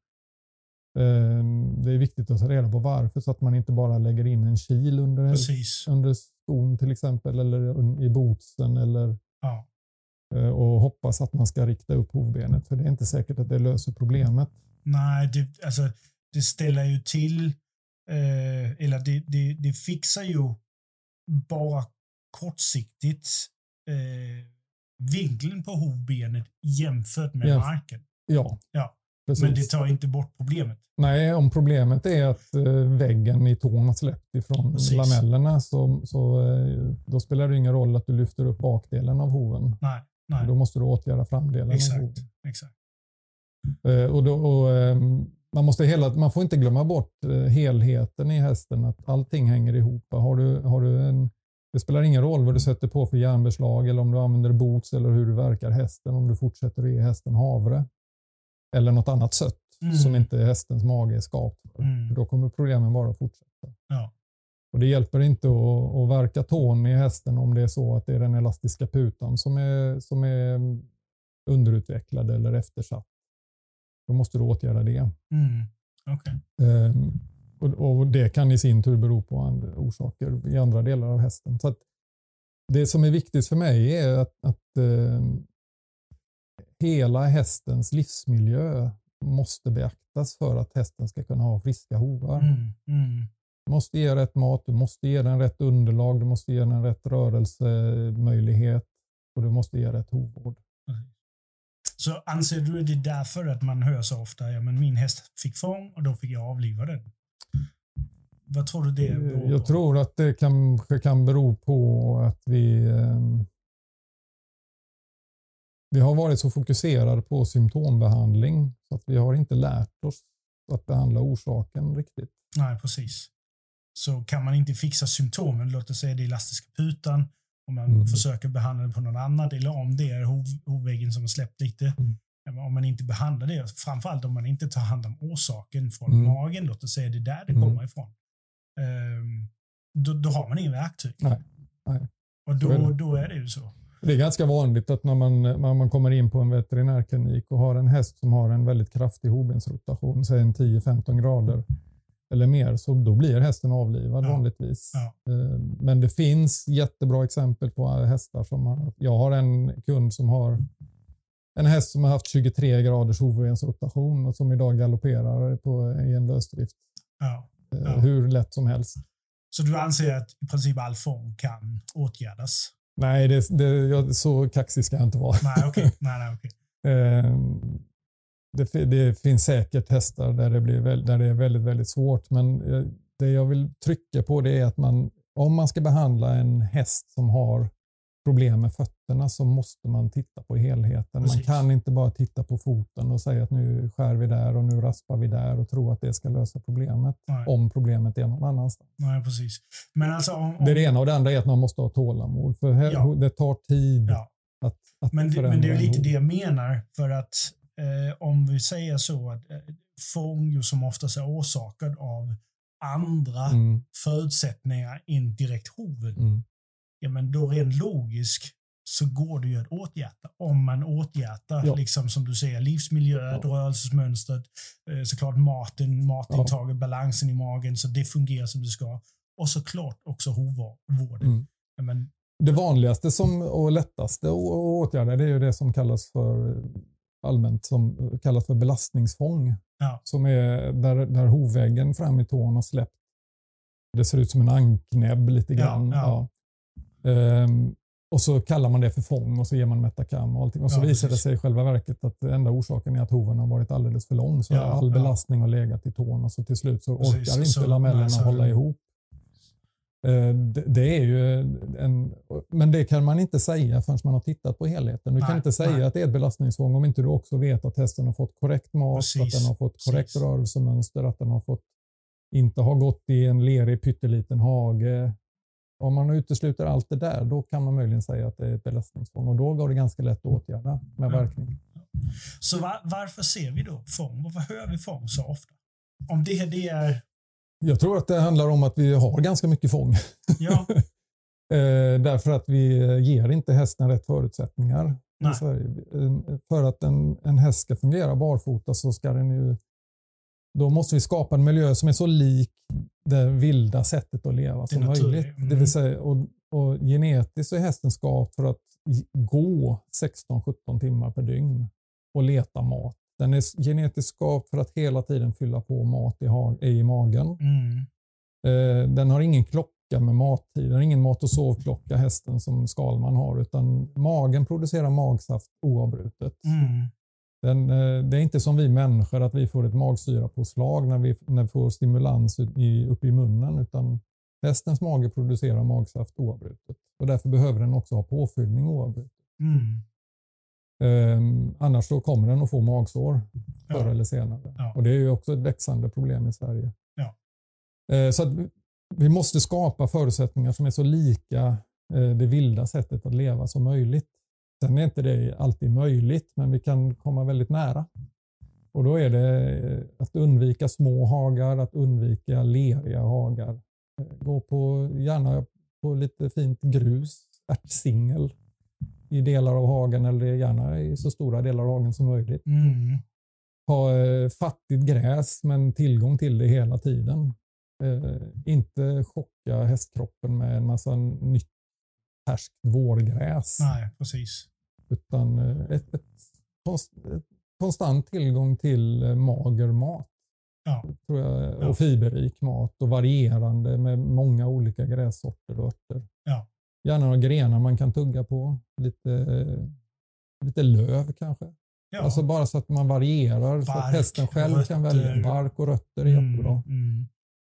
Det är viktigt att ta reda på varför så att man inte bara lägger in en kil under, under skon till exempel eller i botsen eller ja. och hoppas att man ska rikta upp hovbenet för det är inte säkert att det löser problemet. Nej, det, alltså, det ställer ju till eh, eller det, det, det fixar ju bara kortsiktigt eh, vinkeln på hovbenet jämfört med ja. marken. Ja, ja. Precis. Men det tar inte bort problemet. Nej, om problemet är att eh, väggen i tån har släppt ifrån precis. Lamellerna så, så eh, då spelar det ingen roll att du lyfter upp bakdelen av hoven. Nej, nej. Då måste du åtgärda framdelen exakt, av hoven. Exakt. Eh, och då, och, eh, man, måste hela, man får inte glömma bort eh, helheten i hästen, att allting hänger ihop. Har du, har du en, det spelar ingen roll vad du sätter på för järnbeslag eller om du använder bots eller hur du verkar hästen, om du fortsätter att ge hästen havre eller något annat sött mm. som inte hästens mage är skapt för. Mm. Då kommer problemen bara att fortsätta. Ja. Och det hjälper inte att, att verka tån i hästen om det är så att det är den elastiska putan som är, som är underutvecklad eller eftersatt. Då måste du åtgärda det. Mm. Okay. Um, och, och det kan i sin tur bero på andra orsaker i andra delar av hästen. Så att det som är viktigt för mig är att, att um, hela hästens livsmiljö måste beaktas för att hästen ska kunna ha friska hovar. Mm. Mm. Du måste ge rätt mat, du måste ge den rätt underlag, du måste ge den rätt rörelsemöjlighet och du måste ge rätt hovvård. Mm. Så anser du det därför att man hör så ofta, ja men min häst fick fång och då fick jag avliva den? vad tror du det beror på? Jag tror att det kanske kan bero på att vi eh, vi har varit så fokuserade på symptombehandling så att vi har inte lärt oss att behandla orsaken riktigt. Nej, precis. Så kan man inte fixa symptomen, låt oss säga det elastiska putan, om man mm. försöker behandla det på någon annan, eller om det är hov, hovväggen som har släppt lite. Mm. Om man inte behandlar det, framförallt om man inte tar hand om orsaken från mm. magen, låt oss säga det är där det mm. kommer ifrån. Um, då, då har man ingen verktyg. Nej. Nej. Och då är, då är det ju så. Det är ganska vanligt att när man, när man kommer in på en veterinärklinik och har en häst som har en väldigt kraftig hovbensrotation, säg en tio femton grader eller mer, så då blir hästen avlivad ja. vanligtvis. Ja. Men det finns jättebra exempel på hästar som har, jag har en kund som har en häst som har haft tjugotre graders hovbensrotation och som idag galopperar på, i en lösdrift. Ja. Ja. Hur lätt som helst. Så du anser att i princip all fång kan åtgärdas? Nej, det, det, jag, så kaxig ska jag inte vara. Nej, okej. Okay. Nej, nej, okay. det, det finns säkert hästar där det, blir, där det är väldigt, väldigt svårt. Men det jag vill trycka på det är att man, om man ska behandla en häst som har problem med fötterna så måste man titta på helheten. Precis. Man kan inte bara titta på foten och säga att nu skär vi där och nu raspar vi där och tro att det ska lösa problemet. Nej. Om problemet är någon annanstans. Nej, precis. Men alltså, om, om... Det, det ena och det andra är att man måste ha tålamod. För här, ja. det tar tid ja. att, att men, det, men det är lite det jag menar. För att eh, om vi säger så att eh, fång som oftast är orsakad av andra mm. förutsättningar än direkt hoven. Mm. Ja, men då rent logiskt så går det ju att åtgärda. Om man åtgärdar, ja. liksom som du säger, livsmiljö, ja. rörelsesmönstret, såklart maten, matintaget, ja. balansen i magen, så det fungerar som det ska. Och såklart också hovvården. Mm. Ja, men, det vanligaste som, och lättaste att åtgärda, det är ju det som kallas för allmänt som kallas för belastningsfång. Ja. Som är där, där hovväggen fram i tån har släppt. Det ser ut som en anknäbb lite grann. Ja, ja. Ja. Um, och så kallar man det för fång och så ger man Metacam och allting. Och så ja, visar precis. det sig i själva verket att enda orsaken är att hoven har varit alldeles för lång. Så ja, all belastning ja. har legat i tån och så till slut så orkar precis. inte så, lamellerna nej, så hålla det. ihop. Uh, det, det är ju en, men det kan man inte säga förrän man har tittat på helheten. Du nej, kan inte säga nej. att det är ett belastningsfång om inte du också vet att hästen har fått korrekt mat, precis. att den har fått korrekt precis. rörelsemönster, att den har fått inte har gått i en lerig pytteliten hage. Om man utesluter allt det där, då kan man möjligen säga att det är ett belastningsfång. Och då går det ganska lätt att åtgärda med ja. verkning. Så var, varför ser vi då fång? Varför hör vi fång så ofta? Om det, det är... Jag tror att det handlar om att vi har ganska mycket fång. Ja. eh, därför att vi ger inte hästen rätt förutsättningar. Nej. För att en, en häst ska fungera barfota så ska den ju... Då måste vi skapa en miljö som är så lik det vilda sättet att leva som möjligt. Mm. Det vill säga, och, och genetiskt är hästen skapt för att gå sexton sjutton timmar per dygn och leta mat. Den är genetiskt skapt för att hela tiden fylla på mat i, ha, i magen. Mm. Eh, den har ingen klocka med mattid. Den har ingen mat- och sovklocka hästen som Skalman har, utan magen producerar magsaft oavbrutet. Mm. Den, det är inte som vi människor att vi får ett magsyrapåslag när vi, när vi får stimulans i, upp i munnen, utan hästens mage producerar magsaft oavbrutet. Och därför behöver den också ha påfyllning oavbrutet. Mm. Um, annars så kommer den att få magsår förr ja. eller senare. Ja. Och det är ju också ett växande problem i Sverige. Ja. Uh, så att vi måste skapa förutsättningar som är så lika uh, det vilda sättet att leva som möjligt. Sen är inte det alltid möjligt, men vi kan komma väldigt nära. Och då är det att undvika små hagar, att undvika leriga hagar. Gå på, gärna på lite fint grus, ärtsingel i delar av hagen eller gärna i så stora delar av hagen som möjligt. Mm. Ha eh, fattigt gräs men tillgång till det hela tiden. Eh, inte chocka hästkroppen med en massa nytt färskt vårgräs. Nej, precis. Utan ett, ett, ett konstant tillgång till mager mat. Ja. Tror jag, och ja. fiberrik mat och varierande med många olika grässorter och örter. Ja. Gärna några grenar man kan tugga på. Lite, lite löv kanske. Ja. Alltså bara så att man varierar. Bark, så att hästen själv rötter. kan välja bark och rötter är mm, jättebra. Mm.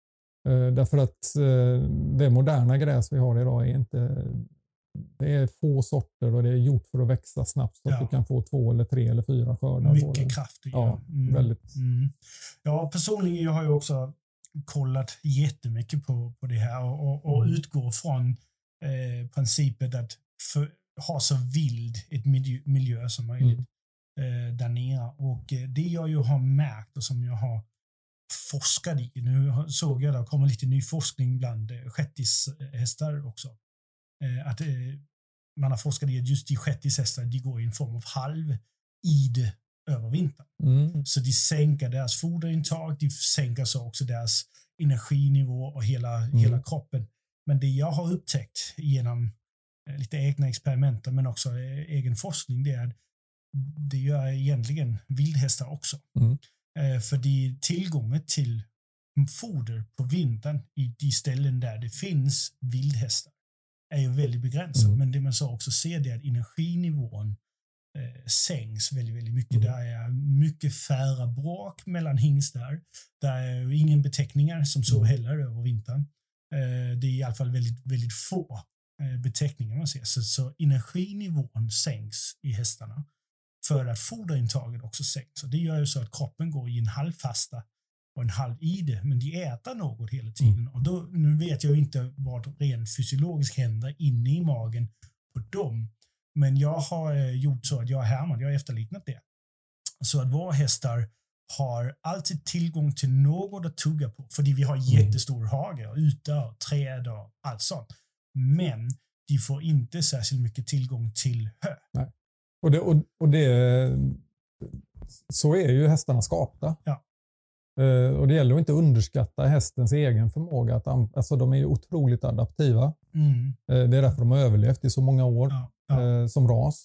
Eh, därför att eh, det moderna gräs vi har idag är inte, det är få sorter och det är gjort för att växa snabbt så att Ja. du kan få två eller tre eller fyra skördar. Mycket kraft. Ja, mm. väldigt. Mm. Ja, personligen jag har ju också kollat jättemycket på, på det här och, och, och utgår från eh, principen att för, ha så vild ett miljö, miljö som möjligt mm. eh, där nere. Och eh, det jag ju har märkt och som jag har forskat i, nu såg jag att det kommer lite ny forskning bland eh, shetishästar också. Eh, att eh, man har forskat i att just de shetishästar, de går i en form av halv id över vintern. Mm. Så de sänker deras foderintag, de sänker så också deras energinivå och hela, mm. hela kroppen. Men det jag har upptäckt genom lite egna experiment men också egen forskning, det är att det gör egentligen vildhästar också. Mm. Eh, för de tillgången till foder på vintern i de ställen där det finns vildhästar är ju väldigt begränsad. Mm. Men det man så också ser det är att energinivån eh, sänks väldigt, väldigt mycket. Mm. Där är mycket färre bråk mellan hingstar. Där är ju ingen beteckningar som så heller över vintern. Eh, det är i alla fall väldigt, väldigt få eh, beteckningar man ser. Så, så energinivån sänks i hästarna för att foderintaget också sänks. Och det gör ju så att kroppen går i en halvfasta och en halv ide, men de äter något hela tiden. Mm. Och då, nu vet jag inte vad rent fysiologiskt händer inne i magen på dem. Men jag har eh, gjort så att jag har härmat, jag har efterliknat det. Så att våra hästar har alltid tillgång till något att tugga på. För vi har jättestor hage och ytor och träd och allt sånt. Men de får inte särskilt mycket tillgång till hö. Nej. Och, det, och, och det, så är ju hästarna skapta. Ja. Uh, och det gäller att inte underskatta hästens egen förmåga. Att, alltså, de är ju otroligt adaptiva. Mm. Uh, det är därför de har överlevt i så många år ja, ja. Uh, som ras.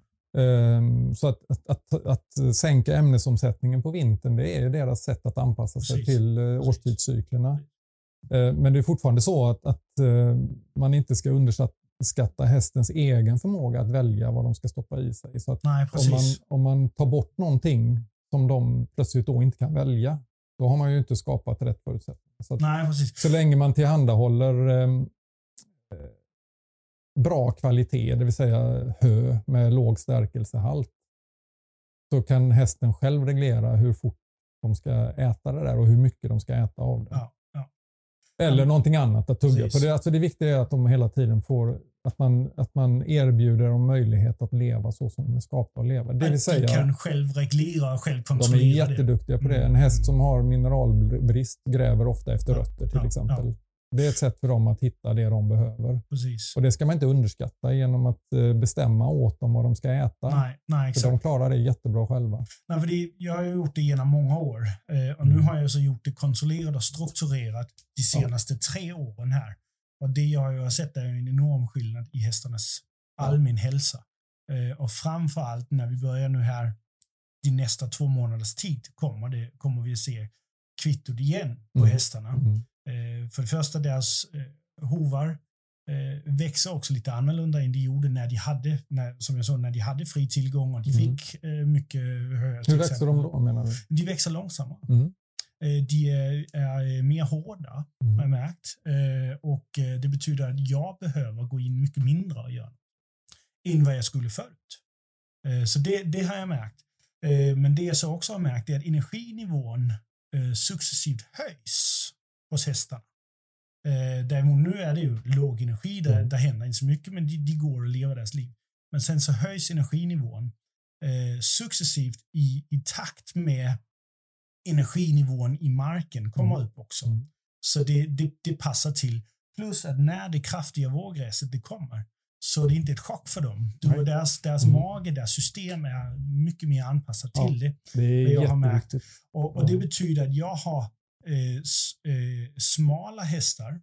Uh, så att, att, att, att sänka ämnesomsättningen på vintern, det är deras sätt att anpassa sig Precis. till uh, årstidscyklerna. Uh, men det är fortfarande så att, att uh, man inte ska underskatta hästens egen förmåga att välja vad de ska stoppa i sig. Så att Nej, om, man, om man tar bort någonting som de plötsligt då inte kan välja, då har man ju inte skapat rätt förutsättningar. Så, Nej, precis. så länge man tillhandahåller eh, bra kvalitet, det vill säga hö med låg stärkelsehalt, så kan hästen själv reglera hur fort de ska äta det där och hur mycket de ska äta av det. Ja, ja. Eller mm. någonting annat att tugga Precis. på. Det, alltså det viktiga är att de hela tiden får, att man, att man erbjuder dem möjlighet att leva så som de är skapta att leva. Det vill säga, de kan själv reglera och själv kontrollera det. De är jätteduktiga det. på det. En häst som har mineralbrist gräver ofta efter ja, rötter till ja, exempel. Ja. Det är ett sätt för dem att hitta det de behöver. Precis. Och det ska man inte underskatta genom att bestämma åt dem vad de ska äta. Nej, nej, exakt. För de klarar det jättebra själva. Nej, för det, jag har gjort det genom många år. Eh, och nu har jag så gjort det kontrollerat och strukturerat de senaste ja. tre åren här. Och det jag har sett är en enorm skillnad i hästarnas allmän hälsa. Eh, och framförallt när vi börjar nu här de nästa två månaders tid kommer, det, kommer vi att se kvittot igen på mm. hästarna. Mm. Eh, för det första, deras eh, hovar eh, växer också lite annorlunda än de gjorde när de hade, när, som jag sa, när de hade fri tillgång och de mm. fick eh, mycket hö. Hur växer de då, menar du? De växer långsammare. Mm. Eh, de är, är mer hårda, mm. har jag märkt. Eh, och eh, det betyder att jag behöver gå in mycket mindre och göra än vad jag skulle förut. Eh, så det, det har jag märkt. Eh, men det jag så också har märkt är att energinivån eh, successivt höjs hos hästarna. Eh, däremot nu är det ju låg energi, där, mm. där händer inte så mycket, men de, de går och lever deras liv. Men sen så höjs energinivån eh, successivt i, i takt med energinivån i marken kommer mm. upp också. Mm. Så det, det, det passar till. Plus att när det kraftiga vårgräset det kommer, så är det inte ett chock för dem. Då deras deras mm. mage, deras system är mycket mer anpassat ja, till det. Det är det jag har märkt. Och, och ja. det betyder att jag har eh, s, eh, smala hästar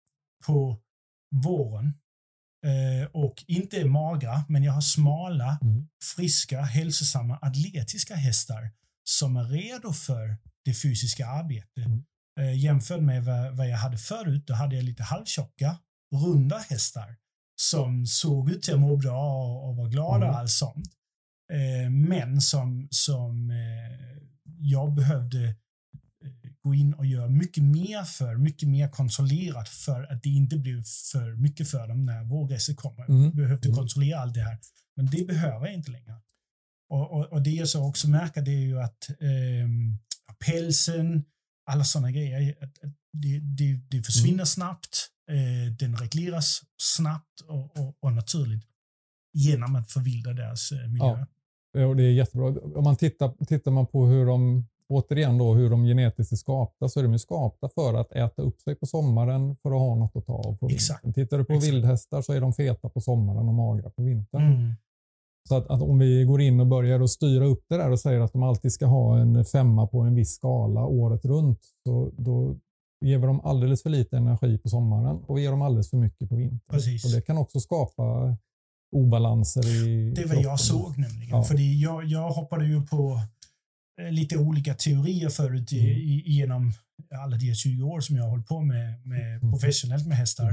på våren. Eh, och inte magra, men jag har smala, mm. friska, hälsosamma, atletiska hästar som är redo för det fysiska arbetet. Mm. Eh, jämfört med vad, vad jag hade förut, då hade jag lite halvtjocka, runda hästar som såg ut till att må bra och, och var glada mm. och allt sånt. Eh, men som, som eh, jag behövde gå in och göra mycket mer för, mycket mer kontrollerat för att det inte blev för mycket för dem när vågräset kommer. Mm. Behövde Mm. kontrollera allt det här. Men det behöver jag inte längre. Och, och, och det jag så också märker det är ju att eh, pälsen, alla sådana grejer, att, att det, det, det försvinner mm. snabbt. Eh, den regleras snabbt och, och, och naturligt genom att förvilda deras eh, miljö. Ja, och det är jättebra. Om man tittar, tittar man på hur de, återigen då, hur de genetiskt är skapta, så är de ju skapta för att äta upp sig på sommaren för att ha något att ta av på Exakt. vintern. Tittar du på Exakt. vildhästar så är de feta på sommaren och magra på vintern. Mm. Så att, att om vi går in och börjar att styra upp det där och säger att de alltid ska ha en femma på en viss skala året runt, så då ger vi dem alldeles för lite energi på sommaren och vi ger dem alldeles för mycket på vintern. Precis. Och det kan också skapa obalanser i Det var kroppen. jag såg nämligen. Ja. För jag, jag hoppade ju på lite olika teorier förut i, Mm. i, genom alla de tjugo år som jag har hållit på med, med Mm. professionellt med hästar.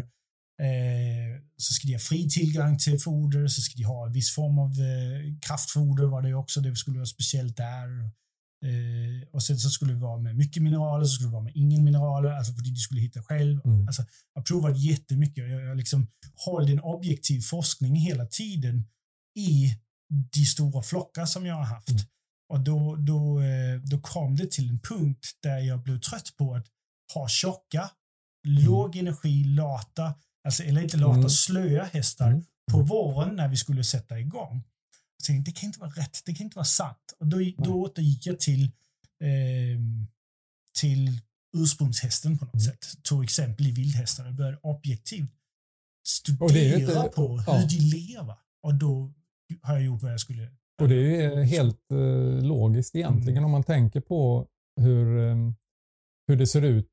Eh, så ska de ha fri tillgång till foder, så ska de ha en viss form av eh, kraftfoder var det också, det skulle vara speciellt där. Eh, och sen så skulle det vara med mycket mineraler, så skulle det vara med ingen mineraler, alltså för de skulle hitta själv. Mm. Alltså, jag har provat jättemycket. Jag har liksom hållit en objektiv forskning hela tiden i de stora flockar som jag har haft. Mm. Och då, då, eh, då kom det till en punkt där jag blev trött på att ha tjocka, mm. låg energi, lata, alltså, eller inte lata, mm. slöa hästar Mm. på våren när vi skulle sätta igång. Så jag tänkte, det kan inte vara rätt, det kan inte vara sant. Och då, då återgick jag till, eh, till ursprungshästen på något mm. sätt. Tog exempel i vildhästar och började objektivt studera och det är inte, på hur ja. de lever. Och då har jag gjort vad jag skulle. Och det är helt eh, logiskt egentligen mm. om man tänker på hur, eh, hur det ser ut.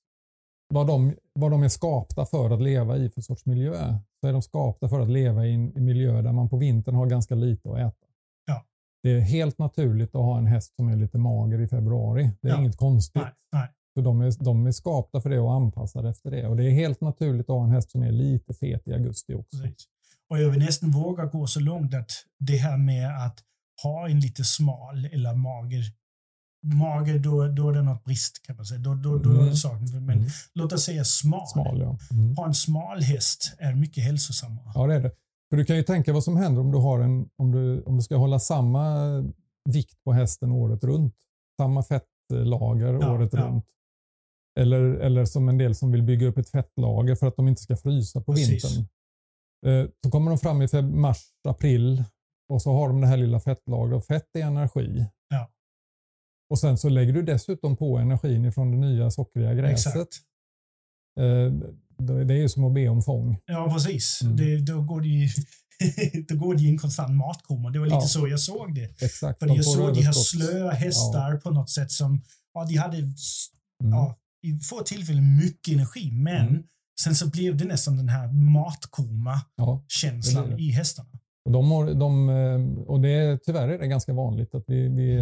Vad de, vad de är skapta för att leva i för sorts miljö. Så är de skapta för att leva i en miljö där man på vintern har ganska lite att äta. Ja. Det är helt naturligt att ha en häst som är lite mager i februari. Det är ja. inget konstigt. Nej, nej. För de är, de är skapta för det och anpassade efter det. Och det är helt naturligt att ha en häst som är lite fet i augusti också. Precis. Och jag vill nästan våga gå så långt att det här med att ha en lite smal eller mager mager, då, då är det något brist kan man säga. Då, då, då mm. är det saken. Men mm. låt oss säga smal. smal ja. mm. Ha en smal häst är mycket hälsosammare. Ja, det är det. För du kan ju tänka vad som händer om du, har en, om du, om du ska hålla samma vikt på hästen året runt. Samma fettlager ja, året ja. runt. Eller, eller som en del som vill bygga upp ett fettlager för att de inte ska frysa på Precis. vintern. Eh, så kommer de fram i mars, april och så har de det här lilla fettlagret och fett är energi. Ja. Och sen så lägger du dessutom på energin ifrån det nya sockriga gräset. Exakt. Eh, det är ju som att be om fång. Ja, precis. Mm. Det, då går det ju då går det ju en konstant matkoma. Det var lite ja. så jag såg det. Exakt. För jag såg de här slöa hästar ja. på något sätt som, ja, de hade mm. ja, i få tillfällen mycket energi, men mm. sen så blev det nästan den här matkoma-känslan ja, i hästarna. Och, de har, de, och det är, tyvärr är det ganska vanligt att vi, vi,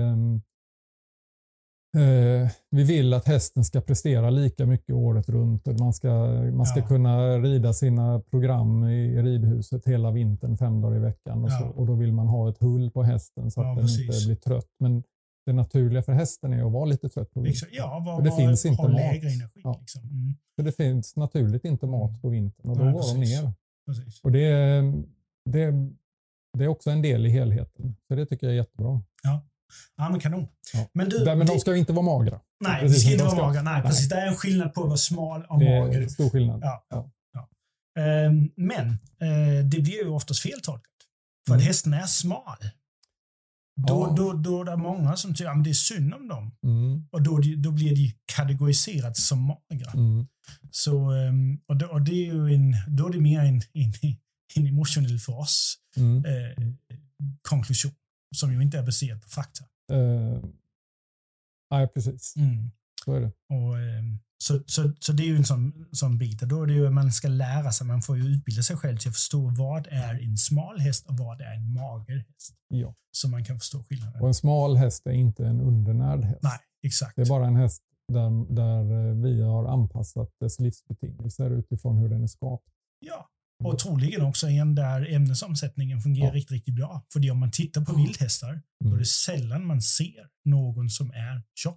eh, vi vill att hästen ska prestera lika mycket året runt. Man ska, man ska ja. kunna rida sina program i ridhuset hela vintern, fem dagar i veckan. Och, ja. så, och då vill man ha ett hull på hästen så att ja, den precis. inte blir trött. Men det naturliga för hästen är att vara lite trött på vintern. Ja, var, för det var, finns inte mat. Energi, ja. liksom. mm. För det finns naturligt inte mat på vintern och då ja, går de ner. Precis. Och det, det, det är också en del i helheten. Så det tycker jag är jättebra. Ja, ja men kanon. Ja. Men, du, men det, de ska inte vara magra. Nej, de ska inte vara magra. Nej, precis. Det är en skillnad på att vara smal och det mager. Det är stor skillnad. Ja, ja, ja. Um, men uh, det blir ju oftast feltolkat. För mm. att hästen är smal. Då, ja. då, då är det många som tycker att ja, det är synd om dem. Mm. Och då, då blir de kategoriserade som magra. Mm. Så, um, och, då, och det är ju en, då är det mer en, en, en emotionell för oss mm. eh, konklusion som ju inte är baserad på fakta. Uh, nej, precis. Mm. Så är det. Och, um, så, så, så det är ju en sån, sån bit. Då är det ju att man ska lära sig, man får ju utbilda sig själv till att förstå vad är en smal häst och vad är en mager häst. Ja. Så man kan förstå skillnaden. Och en smal häst är inte en undernärd häst. Nej, exakt. Det är bara en häst där, där vi har anpassat dess livsbetingelser utifrån hur den är skapad. Ja, och troligen också en där ämnesomsättningen fungerar ja. riktigt, riktigt bra. För om man tittar på vildhästar, mm. då är det sällan man ser någon som är tjock.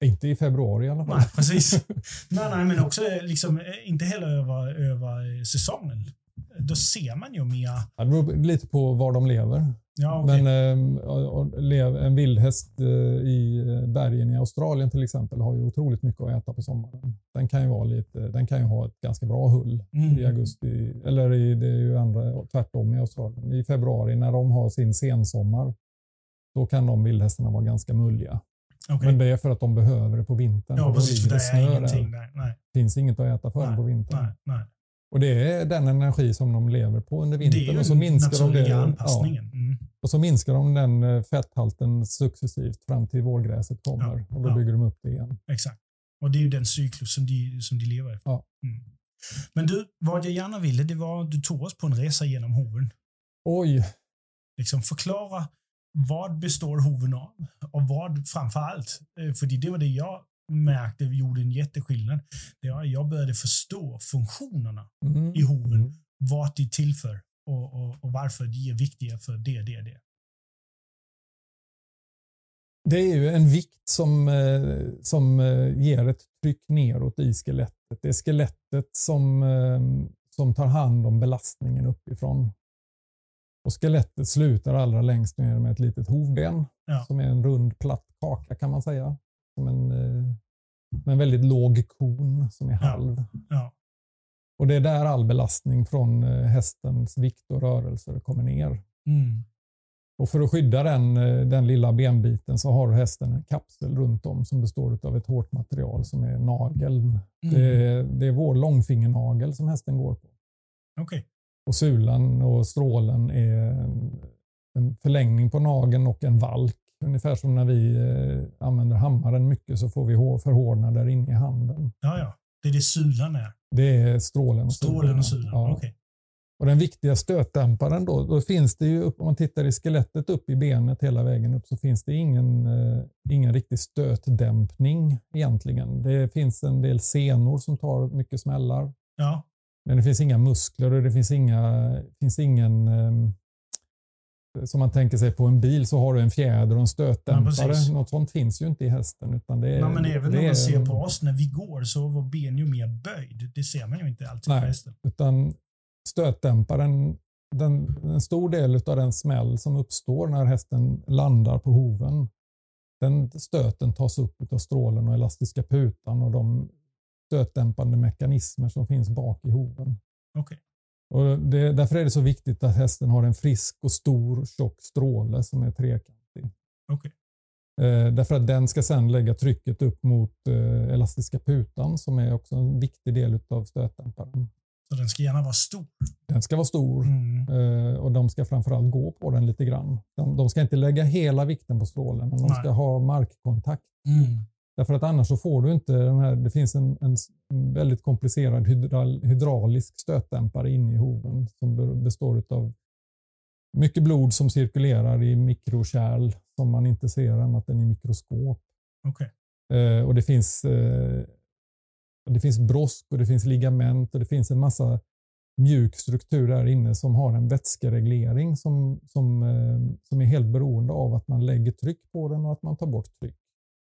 Inte i februari i alla fall. Nej, precis. nej, nej, men också liksom, inte heller över, över säsongen. Då ser man ju mer... Ja, det beror lite på var de lever. Ja, okay. Men eh, en vildhäst eh, i bergen i Australien till exempel har ju otroligt mycket att äta på sommaren. Den kan ju vara lite, den kan ju ha ett ganska bra hull mm. i augusti, eller i, det är ju andra, tvärtom i Australien. I februari när de har sin sensommar, då kan de vildhästarna vara ganska mulliga. Okay. Men det är för att de behöver det på vintern. Ja, precis, för det är ingenting. Nej, nej. Det finns inget att äta för nej, på vintern. Nej, nej. Och det är den energi som de lever på under vintern. Det är ju och så minskar de det, anpassningen. Ja. Mm. Och så minskar de den fetthalten successivt fram till vårgräset kommer. Ja, och då ja. bygger de upp det igen. Exakt. Och det är ju den cyklus som de, som de lever efter. Ja. Mm. Men du, vad jag gärna ville, det var att du tog oss på en resa genom hoven. Oj. Liksom förklara vad består hoven av? Och vad framför allt, för det var det jag märkte gjorde en jätteskillnad. Det var jag började förstå funktionerna mm. i hoven. Mm. Vad de tillför och, och, och varför de är viktiga för det, det, det. Det är ju en vikt som, som ger ett tryck neråt i skelettet. Det är skelettet som, som tar hand om belastningen uppifrån. Och skelettet slutar allra längst ner med ett litet hovben ja. Som är en rund platt kaka kan man säga. Som en, med en väldigt låg kon som är halv. Ja. Ja. Och det är där all belastning från hästens vikt och rörelser kommer ner. Mm. Och för att skydda den, den lilla benbiten så har hästen en kapsel runt om som består av ett hårt material som är nageln. Mm. Det, det är vår långfingernagel som hästen går på. Okay. Och sulan och strålen är en förlängning på nageln och en valk. Ungefär som när vi använder hammaren mycket så får vi förhårdnader in i handen. Ja, ja. Det är det sulan är. Det är strålen och sulan. Strålen och sulan, ja. Okej. Och den viktiga stötdämparen då, då finns det ju, om man tittar i skelettet upp i benet hela vägen upp så finns det ingen, eh, ingen riktig stötdämpning egentligen. Det finns en del senor som tar mycket smällar. Ja. Men det finns inga muskler och det finns, inga, finns ingen... Eh, som man tänker sig på en bil så har du en fjäder och en stötdämpare. Ja, något sånt finns ju inte i hästen. Utan det är, ja, men även det om man är, ser på oss när vi går så var ben ju mer böjd. Det ser man ju inte alltid nej, på hästen. Utan stötdämparen, den, en stor del av den smäll som uppstår när hästen landar på hoven, den stöten tas upp av strålen och elastiska putan och de stötdämpande mekanismer som finns bak i hoven. Okej. Och det, därför är det så viktigt att hästen har en frisk och stor tjock stråle som är trekantig. Okej. Eh, därför att den ska sedan lägga trycket upp mot eh, elastiska putan som är också en viktig del av stötdämparen. Så den ska gärna vara stor? Den ska vara stor mm. eh, och de ska framförallt gå på den lite grann. De, de ska inte lägga hela vikten på strålen men de Nej. ska ha markkontakt. Mm. Därför att annars så får du inte den här, det finns en, en väldigt komplicerad hydral, hydraulisk stötdämpare inne i hoven som består av mycket blod som cirkulerar i mikrokärl som man inte ser annat än i mikroskop. Okay. Eh, och det finns, eh, det finns brosk och det finns ligament och det finns en massa mjuk struktur där inne som har en vätskereglering som, som, eh, som är helt beroende av att man lägger tryck på den och att man tar bort tryck.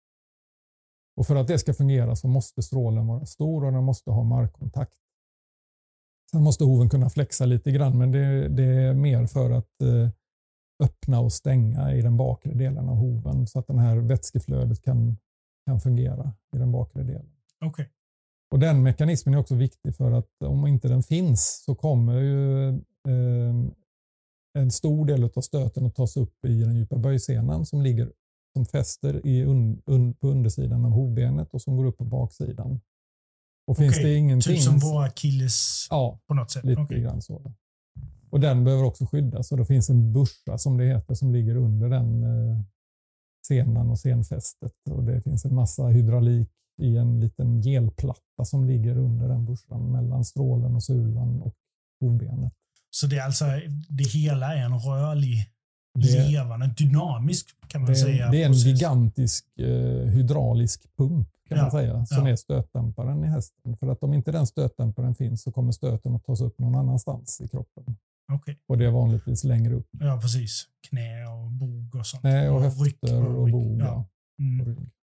Och för att det ska fungera så måste strålen vara stor och den måste ha markkontakt. Sen måste hoven kunna flexa lite grann men det, det är mer för att eh, öppna och stänga i den bakre delen av hoven så att den här vätskeflödet kan, kan fungera i den bakre delen. Okay. Och den mekanismen är också viktig för att om inte den finns så kommer ju eh, en stor del av stöten att tas upp i den djupa böjsenan som ligger som fäster i un, un, på undersidan av hovbenet och som går upp på baksidan. Och okay. finns det ingenting... Typ som våra Achilles ja, på något sätt? lite okay. grann så. Och den behöver också skyddas och det finns en bursa som det heter som ligger under den eh, senan och senfästet. Och det finns en massa hydraulik i en liten gelplatta som ligger under den bursan mellan strålen och sulan och hovbenet. Så det är alltså, det hela är en rörlig Det, levande, dynamisk kan man det, säga. Det är en gigantisk eh, hydraulisk pump kan ja, man säga som ja. är stötdämparen i hästen. För att om inte den stötdämparen finns så kommer stöten att tas upp någon annanstans i kroppen. Okay. Och det är vanligtvis längre upp. Ja, precis. Knä och bog och sånt. Knä och, och höfter och, och bog. Ja. Mm. Och rygg.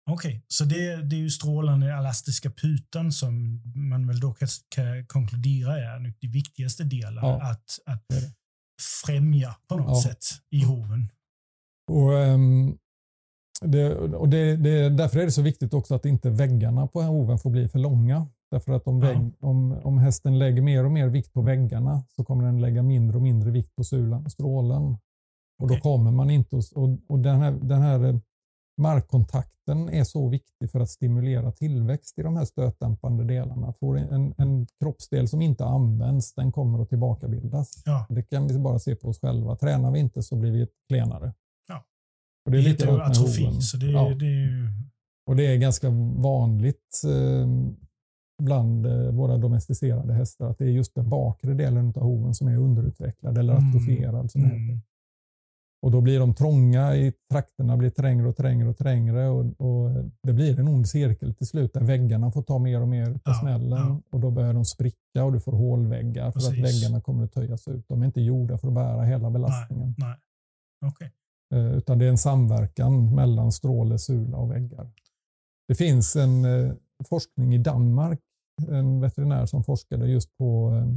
Okej, okay. Så det, det är ju strålande elastiska putan som man väl då kan, kan konkludera är det viktigaste delen ja. att, att främja på något ja. sätt i hoven. Och, um, det, och det, det, därför är det så viktigt också att inte väggarna på hoven får bli för långa. Därför att om, vägg, ja. om, om hästen lägger mer och mer vikt på väggarna så kommer den lägga mindre och mindre vikt på sulan och strålen. Och okay. då kommer man inte... Och, och den här... Den här markkontakten är så viktig för att stimulera tillväxt i de här stötdämpande delarna. Får en, en kroppsdel som inte används, den kommer att tillbakabildas. Ja. Det kan vi bara se på oss själva. Tränar vi inte så blir vi klenare. Ja. Och det är det lite heter atrofi, så det, ja. det är ju... Och det är ganska vanligt eh, bland eh, våra domesticerade hästar att det är just den bakre delen av hoven som är underutvecklad eller mm. atrofierad som mm. heter. Och då blir de trånga i trakterna, blir trängre och trängre och trängre och, och det blir en ond cirkel till slut där väggarna får ta mer och mer på ja, smällen ja. och då börjar de spricka och du får hålväggar för Precis. att väggarna kommer att töjas ut. De är inte gjorda för att bära hela belastningen. Nej, nej. Okay. Eh, utan det är en samverkan mellan stråle, sula och väggar. Det finns en eh, forskning i Danmark, en veterinär som forskade just på eh,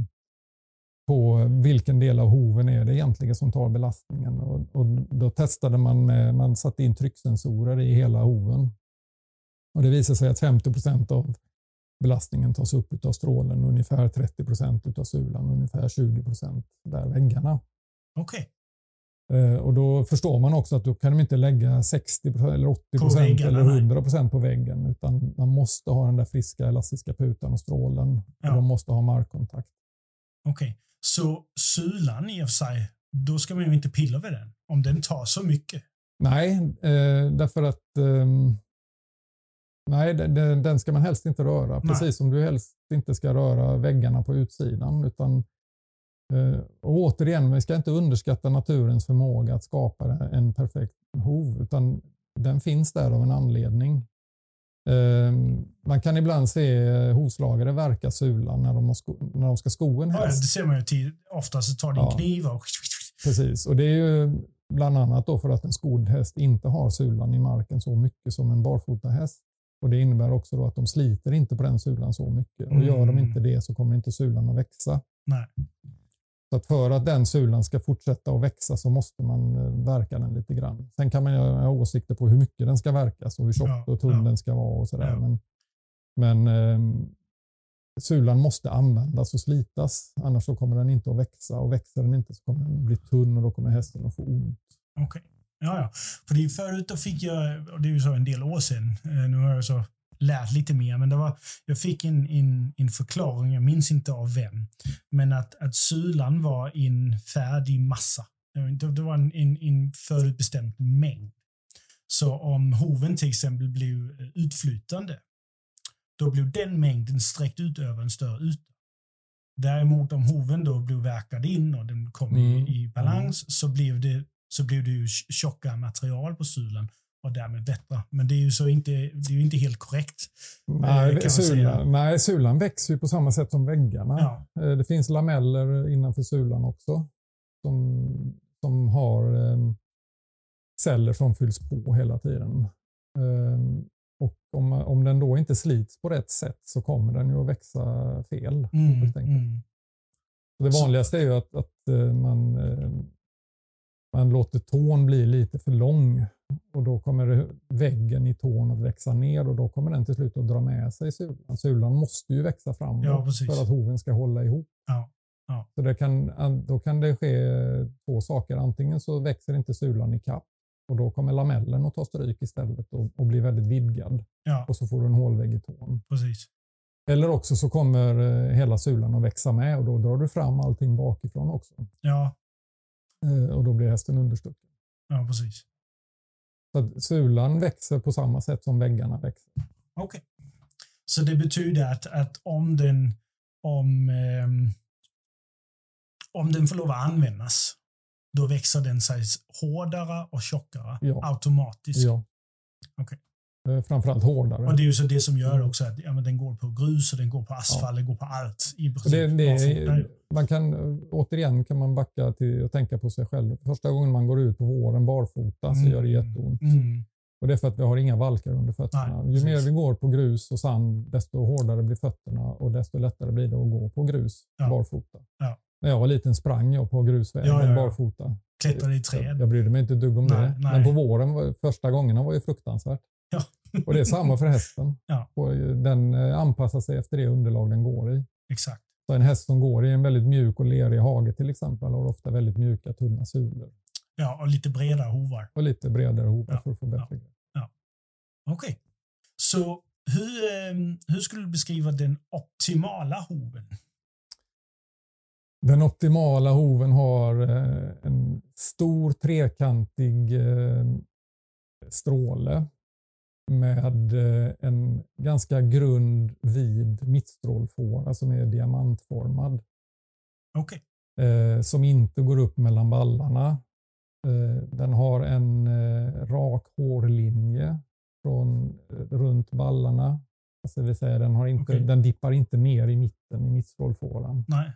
på vilken del av hoven är det egentligen som tar belastningen. Och, och då testade man med, man satte in trycksensorer i hela hoven. Och det visade sig att femtio procent av belastningen tas upp av strålen, ungefär trettio procent av sulan, ungefär tjugo procent där väggarna. Okej. Okay. Eh, och då förstår man också att då kan de inte lägga sextio procent eller åttio procent väggarna, eller hundra procent på väggen, utan man måste ha den där friska elastiska putan och strålen. Ja. Och de måste ha markkontakt. Okej. Okay. Så sulan i och för sig, då ska man ju inte pilla vid den om den tar så mycket. Nej, eh, därför att eh, nej, den, den ska man helst inte röra. Nej. Precis som du helst inte ska röra väggarna på utsidan. Utan, eh, och återigen, vi ska inte underskatta naturens förmåga att skapa en perfekt hov. Utan den finns där av en anledning. Man kan ibland se hovslagare verka sulan när de, sko- när de ska sko en häst. Ja, det ser man ju till. Ofta så tar det en ja, kniv och... Precis, och det är ju bland annat då för att en skodd häst inte har sulan i marken så mycket som en barfota häst. Och det innebär också då att de sliter inte på den sulan så mycket. Och mm. gör de inte det så kommer inte sulan att växa. Nej. Så att för att den sulan ska fortsätta att växa så måste man verka den lite grann. Sen kan man ha åsikter på hur mycket den ska verkas och hur tjock ja, och tunn ja. den ska vara och sådär. Ja. Men, men eh, sulan måste användas och slitas. Annars så kommer den inte att växa. Och växer den inte så kommer den bli tunn och då kommer hästen att få ont. Okej. Okay. Ja, ja. För det förut då fick jag, och det är ju så en del år sedan, nu har jag så lärt lite mer, men det var, jag fick en, en, en förklaring, jag minns inte av vem, men att, att sulan var en färdig massa. Det, det var en, en, en förutbestämd mängd. Så om hoven till exempel blev utflytande, då blev den mängden sträckt ut över en större yta. Däremot om hoven då blev verkad in och den kom mm. i, i balans mm. så blev det så blev det ju tjocka material på sulan och därmed bättre. Men det är ju så inte, det är ju inte helt korrekt. Nej, kan sulan, nej, sulan växer ju på samma sätt som väggarna. Ja. Det finns lameller innanför sulan också som, som har eh, celler som fylls på hela tiden. Eh, och om, om den då inte slits på rätt sätt så kommer den ju att växa fel. Mm, mm. Det vanligaste är ju att, att man eh, Man låter tån bli lite för lång och då kommer väggen i tån att växa ner och då kommer den till slut att dra med sig sulan. Sulan måste ju växa fram ja, för att hoven ska hålla ihop. Ja, ja. Så det kan, då kan det ske två saker. Antingen så växer inte sulan i kapp och då kommer lamellen att ta stryk istället och, och bli väldigt vidgad. Ja. Och så får du en hålvägg i tån. Precis. Eller också så kommer hela sulan att växa med och då drar du fram allting bakifrån också. Ja. Och då blir hästen understucken. Ja, precis. Så att sulan växer på samma sätt som väggarna växer. Okej. Okay. Så det betyder att, att om den om, eh, om den får lov att användas då växer den sig hårdare och tjockare ja. automatiskt? Ja. Okej. Okay. Framförallt hårdare. Och det är ju så det som gör också att ja, men den går på grus och den går på asfalt, ja. den går på allt. I det, det är, man kan, återigen kan man backa till att tänka på sig själv. Första gången man går ut på våren barfota mm. så gör det jätteont. Mm. Och det är för att vi har inga valkar under fötterna. Nej, ju mer vi går på grus och sand, desto hårdare blir fötterna och desto lättare blir det att gå på grus ja. barfota. Ja. När jag var liten sprang jag på grusvägen ja, ja, ja. barfota. Klättrade i träd. Jag, jag brydde mig inte ett dugg om nej, det. Nej. Men på våren, var, första gångerna var ju fruktansvärt. Ja. Och det är samma för hästen. Ja. Och den anpassar sig efter det underlag den går i. Exakt. Så en häst som går i en väldigt mjuk och lerig hage till exempel har ofta väldigt mjuka, tunna sulor. Ja, och lite bredare hovar. Och lite bredare hovar ja. för att få bättre ja. grepp. Ja. Okej. Okay. Så hur, hur skulle du beskriva den optimala hoven? Den optimala hoven har en stor trekantig stråle med en ganska grund, vid mittstrålfåra som är diamantformad. Okej. Okay. Som inte går upp mellan ballarna. Den har en rak hårlinje från runt ballarna. Alltså det vill säga den, har inte, okay. den dippar inte ner i mitten i mittstrålfåran. Nej.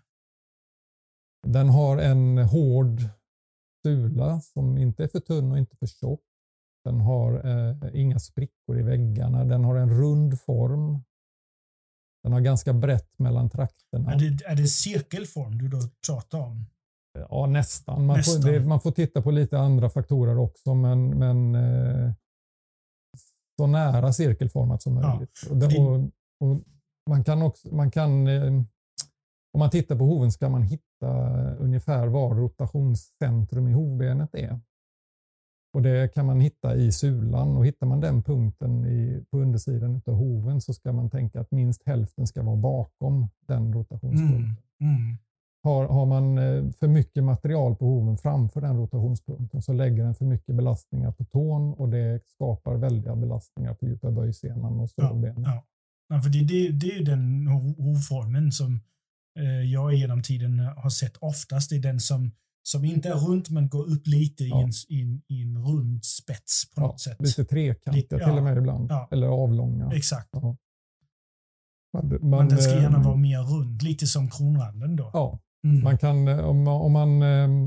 Den har en hård sula som inte är för tunn och inte för tjock. Den har eh, inga sprickor i väggarna. Den har en rund form. Den har ganska brett mellan trakterna. Är det, är det cirkelform du då pratar om? Ja, nästan. Man, nästan. Får, det, man får titta på lite andra faktorer också, men, men eh, så nära cirkelformat som möjligt. Ja, och, det, och, och man kan också, man kan, eh, om man tittar på hoven ska man hitta ungefär var rotationscentrum i hovbenet är. Och det kan man hitta i sulan, och hittar man den punkten i, på undersidan av hoven så ska man tänka att minst hälften ska vara bakom den rotationspunkten. Mm, mm. Har, har man för mycket material på hoven framför den rotationspunkten så lägger den för mycket belastningar på tån, och det skapar väldiga belastningar på djupa böjsenan och stålbenen. Ja, ja. Ja, för det, det, det är den hovformen som eh, jag genom tiden har sett oftast. Det är den som Som inte är runt men går upp lite ja. i, en, i, en, i en rund spets på ja, något sätt. Lite trekantiga lite, till ja, och med ibland. Ja. Eller avlånga. Exakt. Ja. Man, men den ska äh, gärna vara mer rund. Lite som kronranden då. Ja. Mm. Man kan, om, om, man,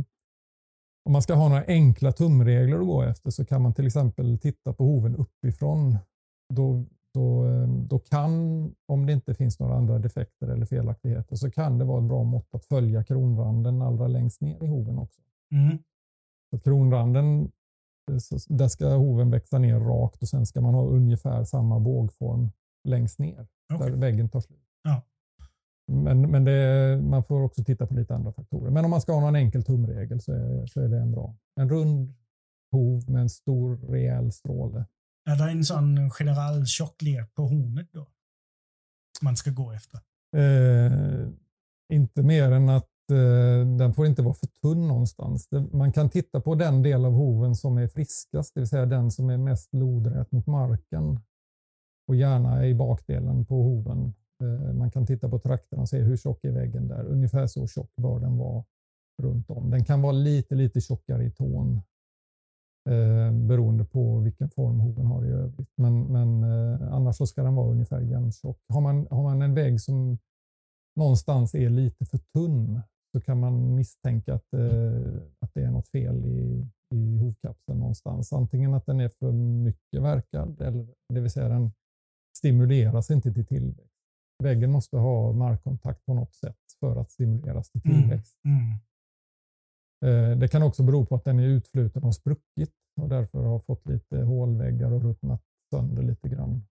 om man ska ha några enkla tumregler att gå efter så kan man till exempel titta på hoven uppifrån. Då, då, då kan, om det inte finns några andra defekter eller felaktigheter, så kan det vara ett bra mått att följa kronranden allra längst ner i hoven också. Mm. Så kronranden, där ska hoven växa ner rakt och sen ska man ha ungefär samma bågform längst ner, okay. där väggen tar slut. Ja. Men, men det, man får också titta på lite andra faktorer. Men om man ska ha någon enkel tumregel så är, så är det en bra. En rund hov med en stor rejäl stråle. Är det en sån generell tjocklek på hornet då? Man ska gå efter? Eh, inte mer än att eh, den får inte vara för tunn någonstans. Det, man kan titta på den del av hoven som är friskast, det vill säga den som är mest lodrät mot marken. Och gärna i bakdelen på hoven. Eh, man kan titta på trakterna och se hur tjock är väggen där. Ungefär så tjock bör den vara runt om. Den kan vara lite, lite tjockare i tån. Eh, beroende på vilken form hoven har i övrigt. Men, men eh, annars så ska den vara ungefär jämntjock. Har man, har man en vägg som någonstans är lite för tunn så kan man misstänka att, eh, att det är något fel i, i hovkapseln någonstans. Antingen att den är för mycket verkad, eller, det vill säga den stimuleras inte till tillväxt. Väggen måste ha markkontakt på något sätt för att stimuleras till tillväxt. Mm. Mm. Det kan också bero på att den är utfluten och spruckit och därför har fått lite hålväggar och ruttnat sönder lite grann.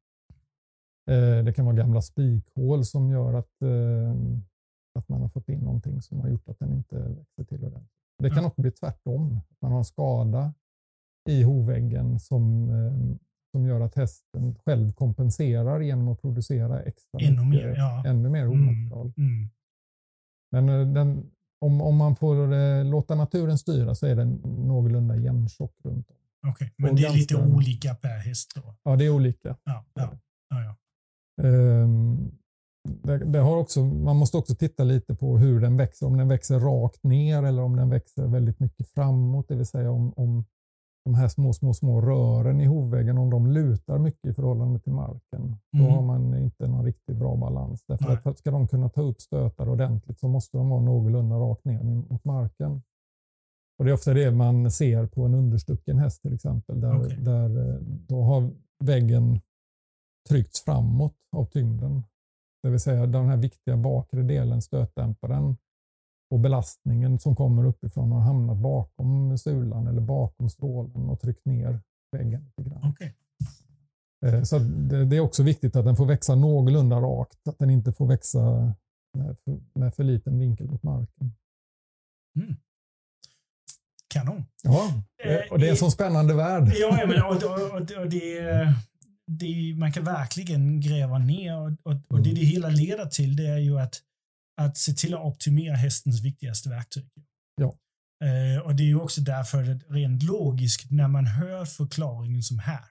Det kan vara gamla spikhål som gör att, att man har fått in någonting som har gjort att den inte växer till ordentligt. Det kan också bli tvärtom. Man har en skada i hovväggen som, som gör att hästen själv kompenserar genom att producera extra ännu mycket, mer, ja. ännu mer hovmaterial. Mm. Mm. Men den Om, om man får eh, låta naturen styra så är den någorlunda jämntjock runt om. Okej, okay, men och det är ganska, lite olika per häst då? Ja, det är olika. Ja, ja, ja, ja. Um, det, det har också, man måste också titta lite på hur den växer. Om den växer rakt ner eller om den växer väldigt mycket framåt. Det vill säga om, om de här små, små, små rören i hovväggen, om de lutar mycket i förhållande till marken. Mm. Då har man inte någon riktigt bra balans. Därför Nej. att ska de kunna ta upp stötar ordentligt så måste de vara någorlunda rakt ner mot marken. Och det är ofta det man ser på en understucken häst till exempel. Där, Okay. där då har väggen tryckts framåt av tyngden. Det vill säga den här viktiga bakre delen, stötdämparen och belastningen som kommer uppifrån har hamnat bakom sulan eller bakom strålen och tryckt ner väggen lite grann. Okay. Så det, det är också viktigt att den får växa någorlunda rakt. Att den inte får växa med för, med för liten vinkel mot marken. Mm. Kanon. Ja, och det är en sån spännande värld. Ja, men, och, och, och, och det, det, man kan verkligen gräva ner. Och, och, och det det hela leder till, det är ju att, att se till att optimera hästens viktigaste verktyg. Ja. Eh, och det är ju också därför att rent logiskt, när man hör förklaringen som här,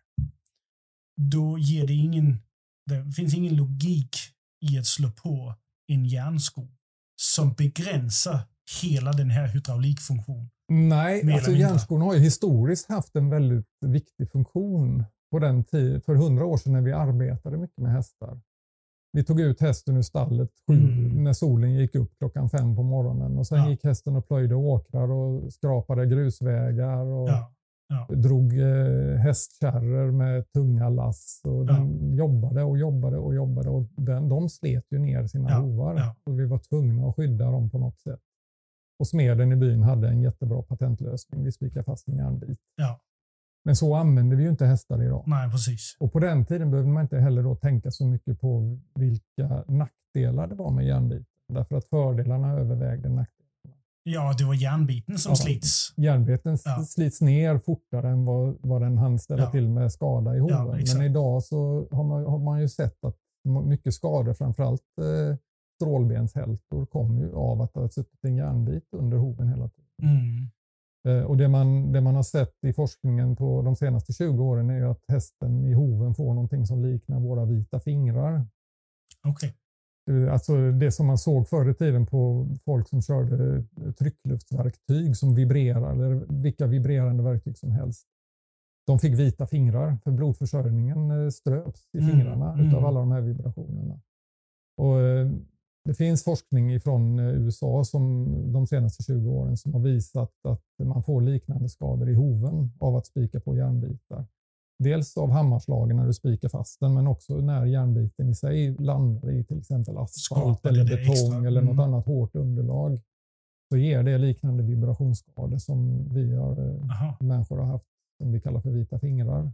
då ger det ingen, det finns ingen logik i att slå på en järnsko som begränsar hela den här hydraulikfunktionen. Nej, alltså järnskorna har ju historiskt haft en väldigt viktig funktion på den tid, för hundra år sedan när vi arbetade mycket med hästar. Vi tog ut hästen ur stallet sju, mm. när solen gick upp klockan fem på morgonen och sen ja. gick hästen och plöjde åkrar och skrapade grusvägar och ja. Ja. drog eh, hästkärror med tunga lass och ja. den jobbade och jobbade och jobbade och den, de slet ju ner sina ja. hovar Ja. och vi var tvungna att skydda dem på något sätt. Och smeden i byn hade en jättebra patentlösning. Vi spikade fast en järnbit. Ja. Men så använder vi ju inte hästar idag. Nej, precis. Och på den tiden behövde man inte heller då tänka så mycket på vilka nackdelar det var med järnbiten. Därför att fördelarna övervägde nackdelarna. Ja, det var järnbiten som ja, slits. Järnbiten ja. slits ner fortare än vad, vad den hann ställa ja. till med skada i hoven. Ja, men idag så har man, har man ju sett att mycket skador, framförallt eh, strålbenshältor, kommer ju av att det har suttit en järnbit under hoven hela tiden. Mm. Eh, och det man, det man har sett i forskningen på de senaste tjugo åren är ju att hästen i hoven får någonting som liknar våra vita fingrar. Okej. Okay. Alltså det som man såg förr i tiden på folk som körde tryckluftsverktyg som vibrerar, eller vilka vibrerande verktyg som helst. De fick vita fingrar för blodförsörjningen ströps i fingrarna mm. utav alla de här vibrationerna. Och det finns forskning från U S A som de senaste tjugo åren som har visat att man får liknande skador i hoven av att spika på järnbitar. Dels av hammarslagen när du spikar fast den, men också när järnbiten i sig landar i till exempel asfalt eller betong extra. eller något mm. annat hårt underlag. Så ger det liknande vibrationsskador som vi har, människor har haft, som vi kallar för vita fingrar.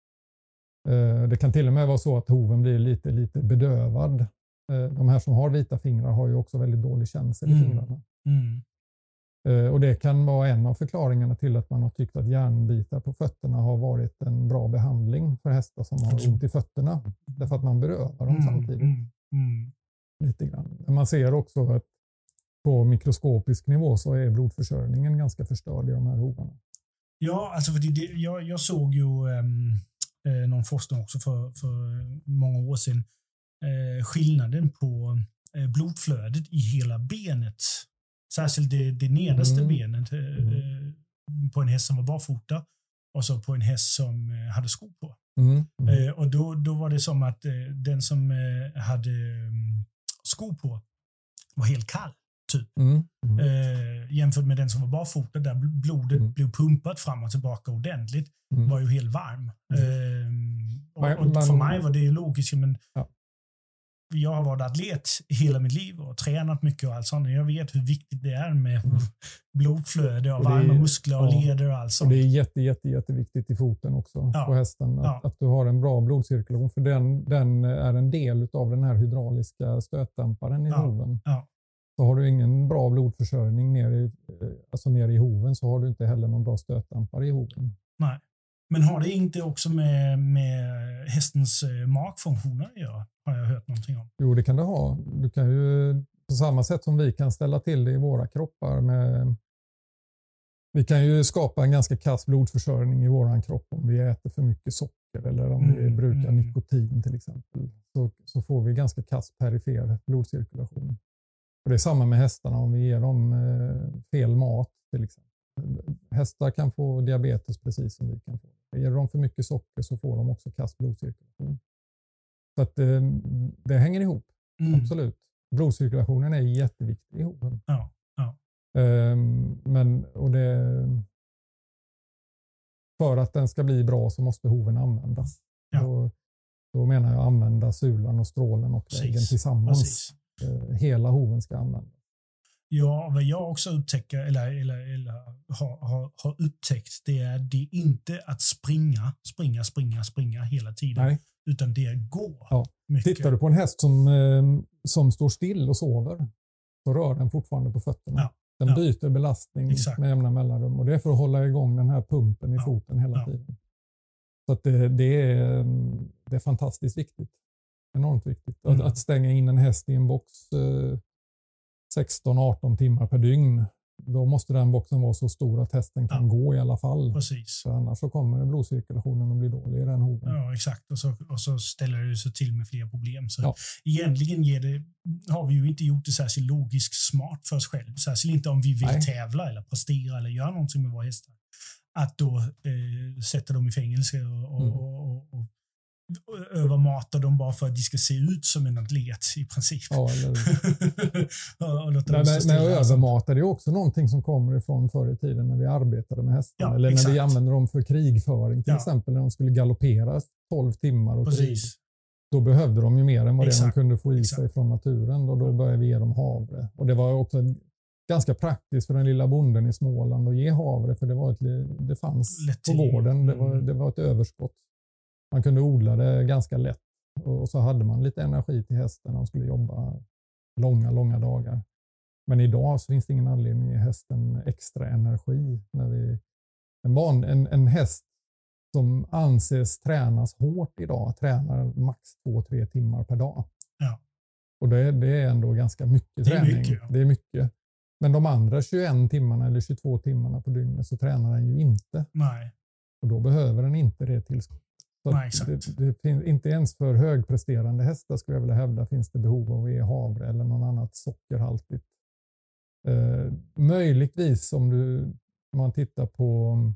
Det kan till och med vara så att hoven blir lite, lite bedövad. De här som har vita fingrar har ju också väldigt dålig känsel i fingrarna. Mm. Och det kan vara en av förklaringarna till att man har tyckt att järnbitar på fötterna har varit en bra behandling för hästar som har ont i fötterna. Därför att man berövar dem mm. samtidigt. Mm. Mm. Lite grann. Men man ser också att på mikroskopisk nivå så är blodförsörjningen ganska förstörd i de här hovarna. Ja, alltså för det, jag, jag såg ju um, eh, någon forskning också för, för många år sedan. Eh, skillnaden på eh, blodflödet i hela benet. Särskilt det, det nedersta mm. benet eh, mm. på en häst som var barfota och så på en häst som eh, hade skor på. Mm. Mm. Eh, och då, då var det som att eh, den som eh, hade um, skor på var helt kall. Typ. Mm. Mm. Eh, jämfört med den som var barfota där blodet mm. blev pumpat fram och tillbaka ordentligt mm. var ju helt varm. Eh, och, och för mig var det ju logiskt, men ja. jag har varit atlet hela mitt liv och tränat mycket och allt sånt. Jag vet hur viktigt det är med mm. blodflöde och, och varma muskler och ja. leder och allt sånt. Och det är jätte, jätte, jätteviktigt i foten också ja. på hästen. Att, ja. att du har en bra blodcirkulation, för den, den är en del av den här hydrauliska stötdämparen i ja. hoven. Ja. Så har du ingen bra blodförsörjning ner i, alltså ner i hoven, så har du inte heller någon bra stötdämpare i hoven. Nej. Men har det inte också med, med hästens magfunktioner att göra? Har jag hört någonting om. Jo, det kan det ha. Du kan ju på samma sätt som vi kan ställa till det i våra kroppar med... Vi kan ju skapa en ganska kass blodförsörjning i våran kropp om vi äter för mycket socker eller om mm, vi brukar mm. nikotin till exempel. Så, så får vi ganska kass perifer blodcirkulation. Och det är samma med hästarna om vi ger dem eh, fel mat till exempel. Hästar kan få diabetes precis som vi kan få. Ger de för mycket socker så får de också kass blodcirkulation. Så att eh, det hänger ihop, mm. absolut. Blodcirkulationen är jätteviktig i hoven. Ja, ja. Um, men och det, för att den ska bli bra så måste hoven användas. Ja. Då, då menar jag använda sulan och strålen och väggen tillsammans. Precis. Uh, hela hoven ska användas. Ja, vad jag också upptäcker eller, eller, eller har, har, har upptäckt det är det är inte att springa, springa, springa, springa hela tiden. Nej. Utan det är gå. Ja. Tittar du på en häst som, som står still och sover så rör den fortfarande på fötterna. Ja. Den ja. byter belastning Exakt. med jämna mellanrum och det är för att hålla igång den här pumpen i ja. foten hela ja. tiden. Så att det, det, är, det är fantastiskt viktigt. Enormt viktigt. Mm. Att, att stänga in en häst i en box eh, sexton arton timmar per dygn. Då måste den boxen vara så stor att hästen kan ja. gå i alla fall. Precis. För annars så kommer blodcirkulationen att bli dålig i den hoven. Ja, exakt. Och så, och så ställer det sig till med fler problem. Så ja. egentligen ger det, har vi ju inte gjort det särskilt logiskt smart för oss själv. Särskilt inte om vi vill Nej. tävla eller prestera eller göra någonting med våra hästar. Att då eh, sätta dem i fängelse och, mm. och, och, och övermata dem bara för att de ska se ut som en atlet i princip. Ja, eller... och låta nej, nej, nej, övermata det är också någonting som kommer ifrån förr i tiden när vi arbetade med hästar. Ja, eller exakt. När vi använde dem för krigföring till ja. exempel när de skulle galoppera tolv timmar och krig. Då behövde de ju mer än vad de kunde få i exakt. sig från naturen och då började vi ge dem havre. Och det var också ganska praktiskt för den lilla bonden i Småland att ge havre för det, var ett, det fanns Lätt på gården. Det var, det var ett överskott. Man kunde odla det ganska lätt och så hade man lite energi till hästen när de skulle jobba långa, långa dagar. Men idag så finns det ingen anledning att ge hästen extra energi. När vi, en, van, en, en häst som anses tränas hårt idag tränar max två, tre timmar per dag. Ja. Och det, det är ändå ganska mycket träning. Det är mycket. Ja. Det är mycket. Men de andra tjugoen timmarna eller tjugotvå timmarna på dygnet så tränar den ju inte. Nej. Och då behöver den inte det tillskott. Nej, det, det finns, inte ens för högpresterande hästar skulle jag vilja hävda finns det behov av att ge havre eller någon annat sockerhaltigt. Eh, möjligtvis om du om man tittar på um,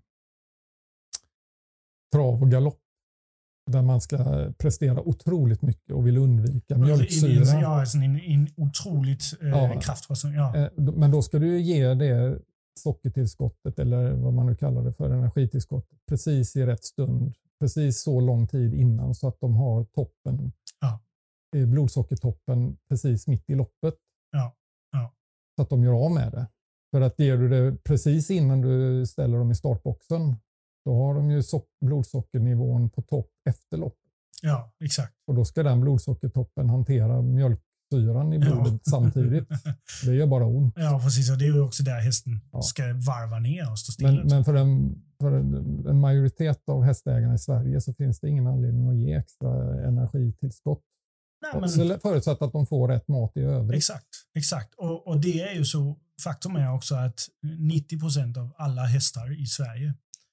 trav och galopp där man ska prestera otroligt mycket och vill undvika mjölksyra. Ja, alltså en, en otroligt eh, ja, kraft. Ja. Eh, men då ska du ge det sockertillskottet eller vad man nu kallar det för energitillskottet precis i rätt stund. Precis så lång tid innan så att de har toppen, ja. blodsockertoppen precis mitt i loppet. Ja. Ja. Så att de gör av med det. För att ger du det precis innan du ställer dem i startboxen då har de ju so- blodsockernivån på topp efter loppet. Ja, exakt. Och då ska den blodsockertoppen hantera mjölksyran i blodet ja. samtidigt. Det gör bara ont. Ja, precis. Och det är ju också där hästen ja. ska varva ner och stå stilla. Men, men för, en, för en majoritet av hästägarna i Sverige så finns det ingen anledning att ge extra energitillskott. Nej, men... Så förutsatt att de får rätt mat i övrigt. Exakt, exakt. Och, och det är ju så, faktum är också att nittio procent av alla hästar i Sverige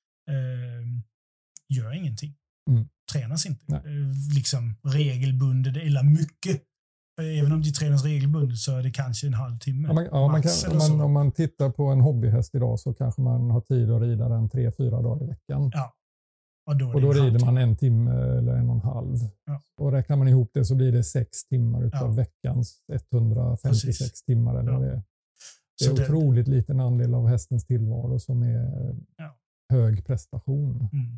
eh, gör ingenting. Mm. Tränas inte. Eh, liksom regelbundet eller mycket. Även om de tränas regelbundet så är det kanske en halvtimme. Ja, man, ja, man kan, om, man, om man tittar på en hobbyhäst idag så kanske man har tid att rida den tre, fyra dagar i veckan. Ja. Och då, och då rider man en timme eller en och en halv. Ja. Och räknar man ihop det så blir det sex timmar utav ja. veckans etthundrafemtiosex Precis. timmar. Eller ja. det. Det är så otroligt det... liten andel av hästens tillvaro som är ja. hög prestation. Mm.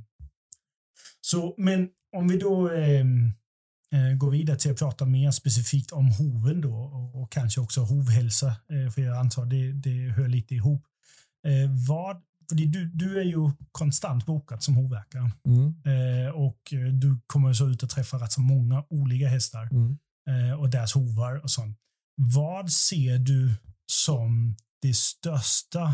Så, men om vi då eh, går vidare till att prata mer specifikt om hoven då och, och kanske också hovhälsa, eh, för jag antar det, det hör lite ihop. Eh, vad För du, du är ju konstant bokad som hovverkare. Mm. Eh, och du kommer så ut och träffa rätt så många olika hästar. Mm. Eh, och deras hovar och sånt. Vad ser du som det största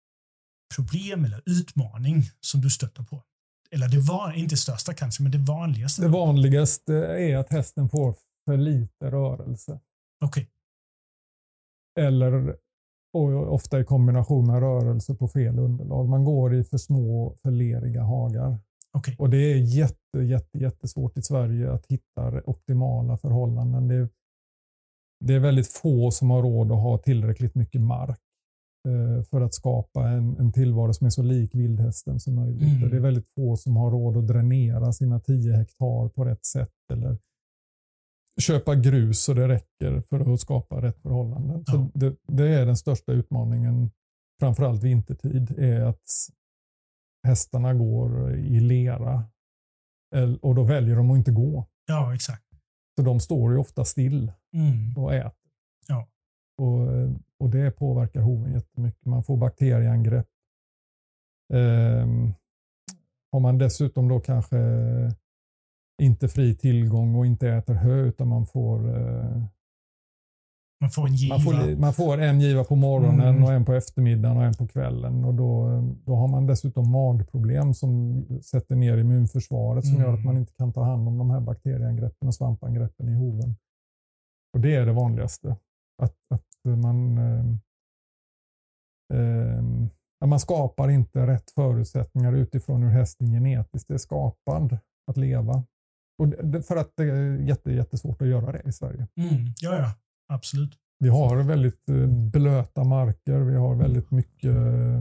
problem eller utmaning som du stöter på? Eller det var inte största kanske, men det vanligaste. Det vanligaste är att hästen får för lite rörelse. Okej. Okay. Eller... och ofta i kombination med rörelse på fel underlag. Man går i för små, för leriga hagar. Okay. Och det är jätte, jätte, jättesvårt i Sverige att hitta optimala förhållanden. Det är, det är väldigt få som har råd att ha tillräckligt mycket mark eh, för att skapa en, en tillvaro som är så lik vildhästen som möjligt. Mm. Det är väldigt få som har råd att dränera sina tio hektar på rätt sätt eller köpa grus så det räcker för att skapa rätt förhållanden. Ja. Så det, det är den största utmaningen framförallt vintertid, är att hästarna går i lera och då väljer de att inte gå. Ja, exakt. Så de står ju ofta still mm. och äter. Ja. Och, och det påverkar hoven jättemycket. Man får bakterieangrepp. Um, har man dessutom då kanske inte fri tillgång och inte äter hö, utan man får uh, man får en giva. Man får, man får en giva på morgonen mm. och en på eftermiddagen och en på kvällen. Och då, då har man dessutom magproblem som sätter ner immunförsvaret som mm. gör att man inte kan ta hand om de här bakterieangreppen och svampangreppen i hoven. Och det är det vanligaste. Att, att man, eh, eh, man skapar inte rätt förutsättningar utifrån hur hästen genetiskt är skapad att leva. Och det, för att det är jätte, jättesvårt att göra det i Sverige. Mm. Ja, ja. Absolut. Vi har väldigt blöta marker. Vi har väldigt mycket...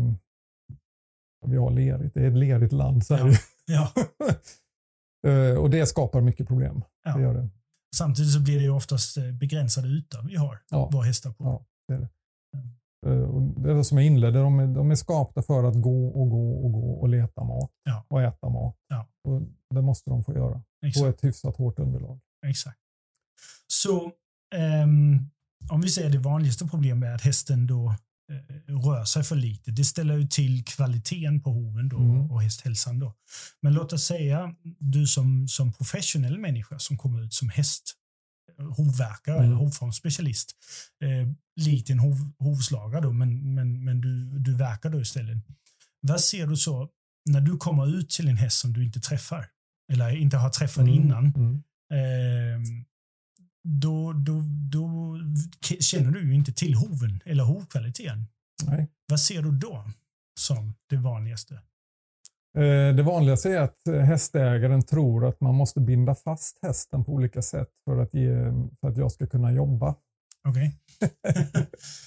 Vi har lerigt. Det är ett lerigt land. Så ja. Ja. Och det skapar mycket problem. Ja. Det gör det. Samtidigt så blir det ju oftast begränsade ytor vi har. Ja. Våra hästar på. Ja, det är det. Mm. Och det är som jag inledde. De är, de är skapta för att gå och gå och gå och leta mat. Ja. Och äta mat. Ja. Och det måste de få göra. Exakt. På ett hyfsat hårt underlag. Exakt. Så... Um, om vi säger det vanligaste problemet är att hästen då uh, rör sig för lite. Det ställer ju till kvaliteten på hoven då mm. och hästhälsan då. Men låt oss säga du som, som professionell människa som kommer ut som häst, hovverkare mm. eller hovformsspecialist, uh, liten hov, hovslagare då, men, men, men du, du verkar då istället. Vad ser du så när du kommer ut till en häst som du inte träffar eller inte har träffat mm. innan? Mm. Uh, Då, då, då känner du ju inte till hoven eller hovkvaliteten. Nej. Vad ser du då som det vanligaste? Eh, det vanligaste är att hästägaren tror att man måste binda fast hästen på olika sätt för att, ge, för att jag ska kunna jobba. Okej. Okay.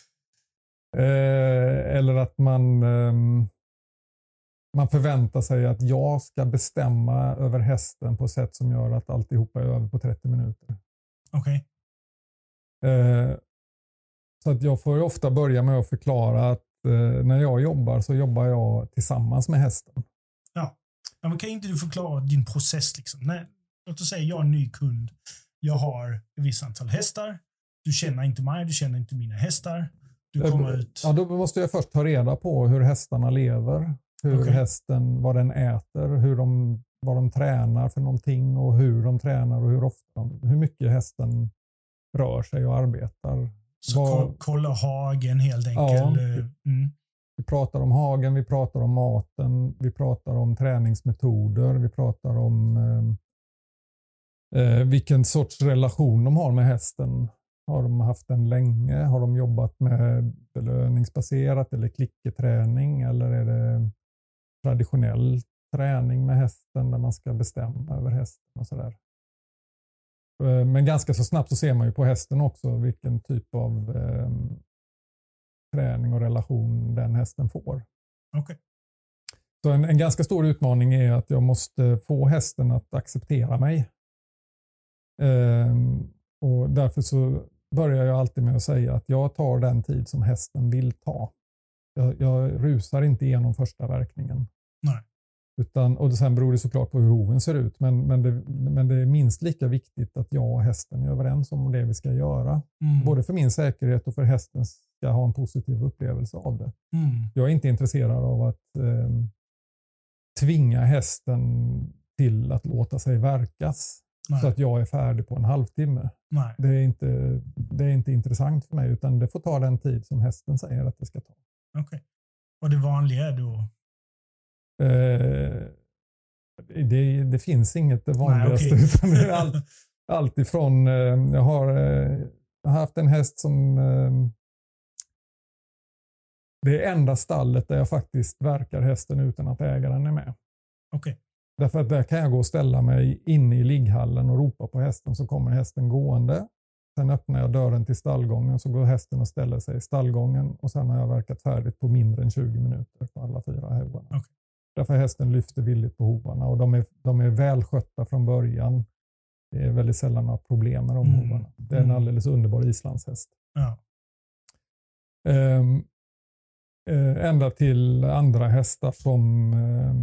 eh, eller att man, eh, man förväntar sig att jag ska bestämma över hästen på ett sätt som gör att alltihopa är över på trettio minuter. Okej. Okay. Eh, så att jag får ofta börja med att förklara att eh, när jag jobbar så jobbar jag tillsammans med hästen. Ja. Ja, men kan inte du förklara din process liksom? Nej, låt oss säga jag är en ny kund. Jag har ett visst antal hästar. Du känner inte mig, du känner inte mina hästar. Du kommer eh, ut. Ja, då måste jag först ta reda på hur hästarna lever. Hur okay. hästen, vad den äter, hur de vad de tränar för någonting och hur de tränar och hur ofta, hur mycket hästen rör sig och arbetar. Så vad, kolla hagen helt enkelt. Ja, mm. Vi pratar om hagen, vi pratar om maten, vi pratar om träningsmetoder, vi pratar om eh, vilken sorts relation de har med hästen. Har de haft den länge? Har de jobbat med belöningsbaserat eller klicketräning eller är det traditionell träning med hästen där man ska bestämma över hästen och sådär. Men ganska så snabbt så ser man ju på hästen också vilken typ av eh, träning och relation den hästen får. Okay. Så en, en ganska stor utmaning är att jag måste få hästen att acceptera mig. Eh, och därför så börjar jag alltid med att säga att jag tar den tid som hästen vill ta. Jag, jag rusar inte igenom första verkningen. Nej. Utan, och sen beror det såklart på hur hoven ser ut. Men, men, det, men det är minst lika viktigt att jag och hästen är överens om det vi ska göra. Mm. Både för min säkerhet och för hästen ska ha en positiv upplevelse av det. Mm. Jag är inte intresserad av att eh, tvinga hästen till att låta sig verkas. Nej. Så att jag är färdig på en halvtimme. Nej. Det är inte, det är inte intressant för mig utan det får ta den tid som hästen säger att det ska ta. Okej. Okay. Och det vanliga är då? Eh, det, det finns inget det vanligaste. Nej, okay. Utan det är allt, allt ifrån, eh, jag, har, eh, jag har haft en häst som eh, det är enda stallet där jag faktiskt verkar hästen utan att ägaren är med. Okej. Okay. Därför att där kan jag gå och ställa mig inne i ligghallen och ropa på hästen så kommer hästen gående. Sen öppnar jag dörren till stallgången så går hästen och ställer sig i stallgången och sen har jag verkat färdigt på mindre än tjugo minuter på alla fyra hovarna. Okay. Därför hästen lyfter villigt på hovarna och de är, de är välskötta från början. Det är väldigt sällan några problem med de mm. hovarna. Det är en alldeles underbar islandshäst. Ja. Um, eh, ända till andra hästar som eh,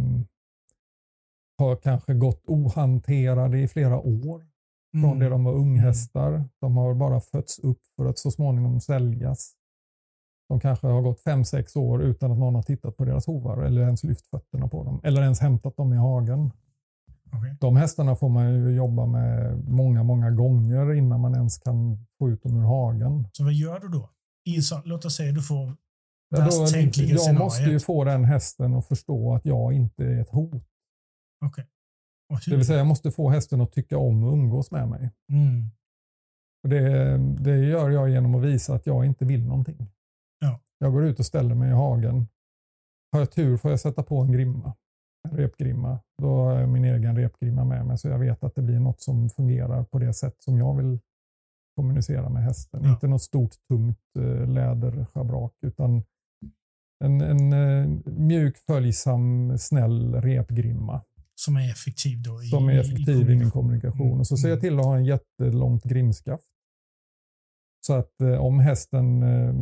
har kanske gått ohanterade i flera år. Från Mm. det de var unghästar. De har bara fötts upp för att så småningom säljas. De kanske har gått fem sex år utan att någon har tittat på deras hovar eller ens lyft fötterna på dem. Eller ens hämtat dem i hagen. Okay. De hästarna får man ju jobba med många, många gånger innan man ens kan få ut dem ur hagen. Så vad gör du då? I så, låt oss säga du får Ja, då, tänkliga jag scenariet. måste ju få den hästen att förstå att jag inte är ett hot. Okay. Det vill säga jag måste få hästen att tycka om och umgås med mig. Mm. Och det, det gör jag genom att visa att jag inte vill någonting. Ja. Jag går ut och ställer mig i hagen. Har jag tur får jag sätta på en grimma. En repgrimma. Då har jag min egen repgrimma med mig så jag vet att det blir något som fungerar på det sätt som jag vill kommunicera med hästen. Ja. Inte något stort, tungt äh, läderschabrak utan en, en äh, mjuk, följsam, snäll repgrimma. Som är effektiv då. I, som är effektiv i, i min kommunikation. Mm. Och så ser jag till att ha en jättelångt grimskaft. Så att eh, om hästen eh,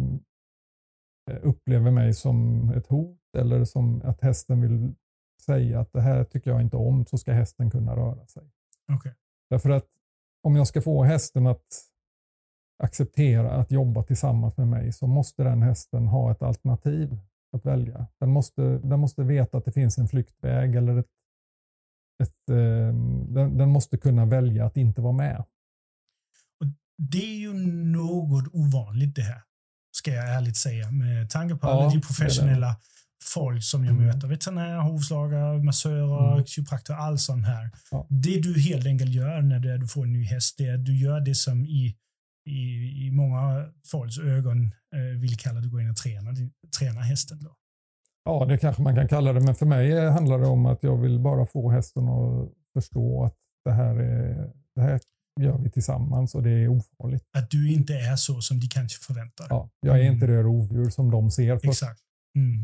upplever mig som ett hot eller som att hästen vill säga att det här tycker jag inte om så ska hästen kunna röra sig. Okay. Därför att om jag ska få hästen att acceptera att jobba tillsammans med mig så måste den hästen ha ett alternativ att välja. Den måste, den måste veta att det finns en flyktväg eller ett Ett, eh, den, den måste kunna välja att inte vara med. Och det är ju något ovanligt det här, ska jag ärligt säga, med tanke på alla ja, de professionella folk som jag mm. möter, veterinärer, hovslagare, massörer, mm. kiropraktor, allt sånt här. Ja. Det du helt enkelt gör när du får en ny häst, det är att du gör det som i, i, i många folks ögon eh, vill kalla du går in och tränar, tränar hästen då. Ja, det kanske man kan kalla det, men för mig handlar det om att jag vill bara få hästen att förstå att det här, är, det här gör vi tillsammans och det är ofarligt. Att du inte är så som de kanske förväntar. Ja, jag är mm. inte det rovdjur som de ser först. Exakt. Mm.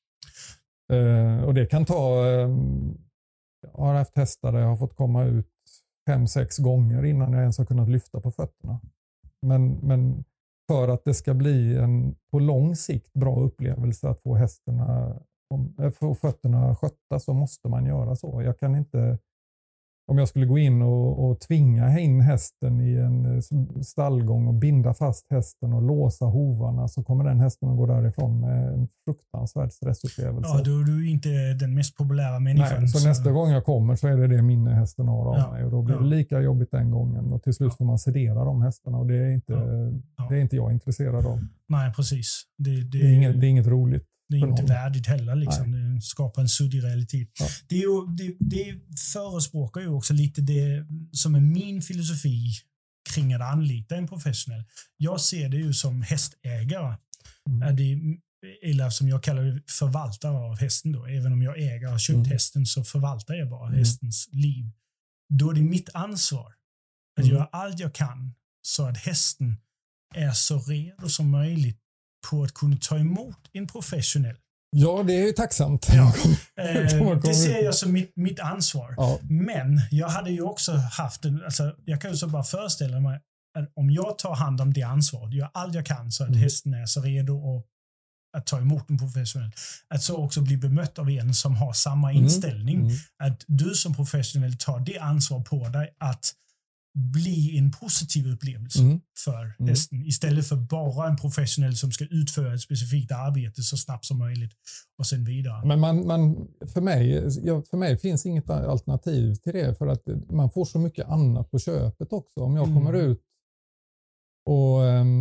Uh, och det kan ta, uh, jag har haft hästar där jag har fått komma ut fem, sex gånger innan jag ens har kunnat lyfta på fötterna. Men, men för att det ska bli en på lång sikt bra upplevelse att få hästarna, få fötterna skötta så måste man göra så. Jag kan inte, om jag skulle gå in och, och tvinga in hästen i en stallgång och binda fast hästen och låsa hovarna så kommer den hästen att gå därifrån med en fruktansvärd stressupplevelse. Ja, då är du inte den mest populära människan. Nej, så, så nästa gång jag kommer så är det det minne hästen har av ja. mig och då blir ja. det lika jobbigt den gången och till slut ja. får man sedera de hästarna och det är inte, ja. Ja. Det är inte jag intresserad av. Nej, precis. Det, det, det, är, inget, det är inget roligt. Det är inte värdigt heller. Liksom. Det skapar en suddig realitet. Ja. Det, är ju, det, det förespråkar ju också lite det som är min filosofi kring att anlita en professionell. Jag ser det ju som hästägare. Mm. Är det, eller som jag kallar det, förvaltare av hästen. Då. Även om jag äger och köpt mm. hästen så förvaltar jag bara mm. hästens liv. Då är det mitt ansvar att mm. göra allt jag kan så att hästen är så redo som möjligt på att kunna ta emot en professionell. Ja, det är ju tacksamt. Ja. Eh, det ser jag som mitt, mitt ansvar. Ja. Men jag hade ju också haft en, alltså, jag kan ju så bara föreställa mig att om jag tar hand om det ansvaret, gör allt jag kan så att mm. hästen är så redo och att ta emot en professionell. Att så också bli bemött av en som har samma mm. inställning. Mm. Att du som professionell tar det ansvar på dig att bli en positiv upplevelse mm. för mm. hästen istället för bara en professionell som ska utföra ett specifikt arbete så snabbt som möjligt och sen vidare. Men man, man, för, mig, för mig finns inget alternativ till det för att man får så mycket annat på köpet också. Om jag mm. kommer ut och,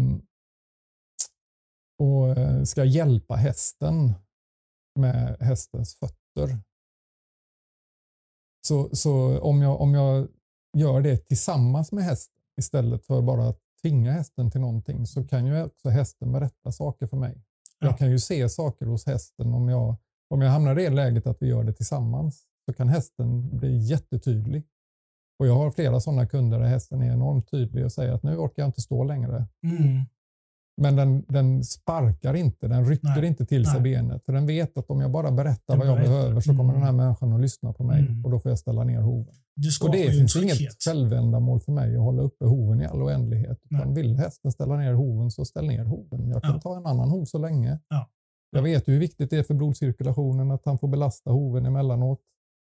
och ska hjälpa hästen med hästens fötter så, så om jag, om jag gör det tillsammans med hästen istället för bara att tvinga hästen till någonting så kan ju också hästen berätta saker för mig. Ja. Jag kan ju se saker hos hästen om jag, om jag hamnar i det läget att vi gör det tillsammans så kan hästen bli jättetydlig. Och jag har flera sådana kunder där hästen är enormt tydlig och säger att nu orkar jag inte stå längre. Mm. Men den, den sparkar inte, den rycker Nej. inte till sig Nej. benet. För den vet att om jag bara berättar den vad jag berättar. behöver så kommer mm. den här människan att lyssna på mig mm. och då får jag ställa ner hoven. Och det finns inget självändamål för mig att hålla uppe hoven i all oändlighet. Utan vill hästen ställa ner hoven så ställ ner hoven. Jag kan ja. ta en annan hov så länge. Ja. Jag vet ju hur viktigt det är för blodcirkulationen att han får belasta hoven emellanåt.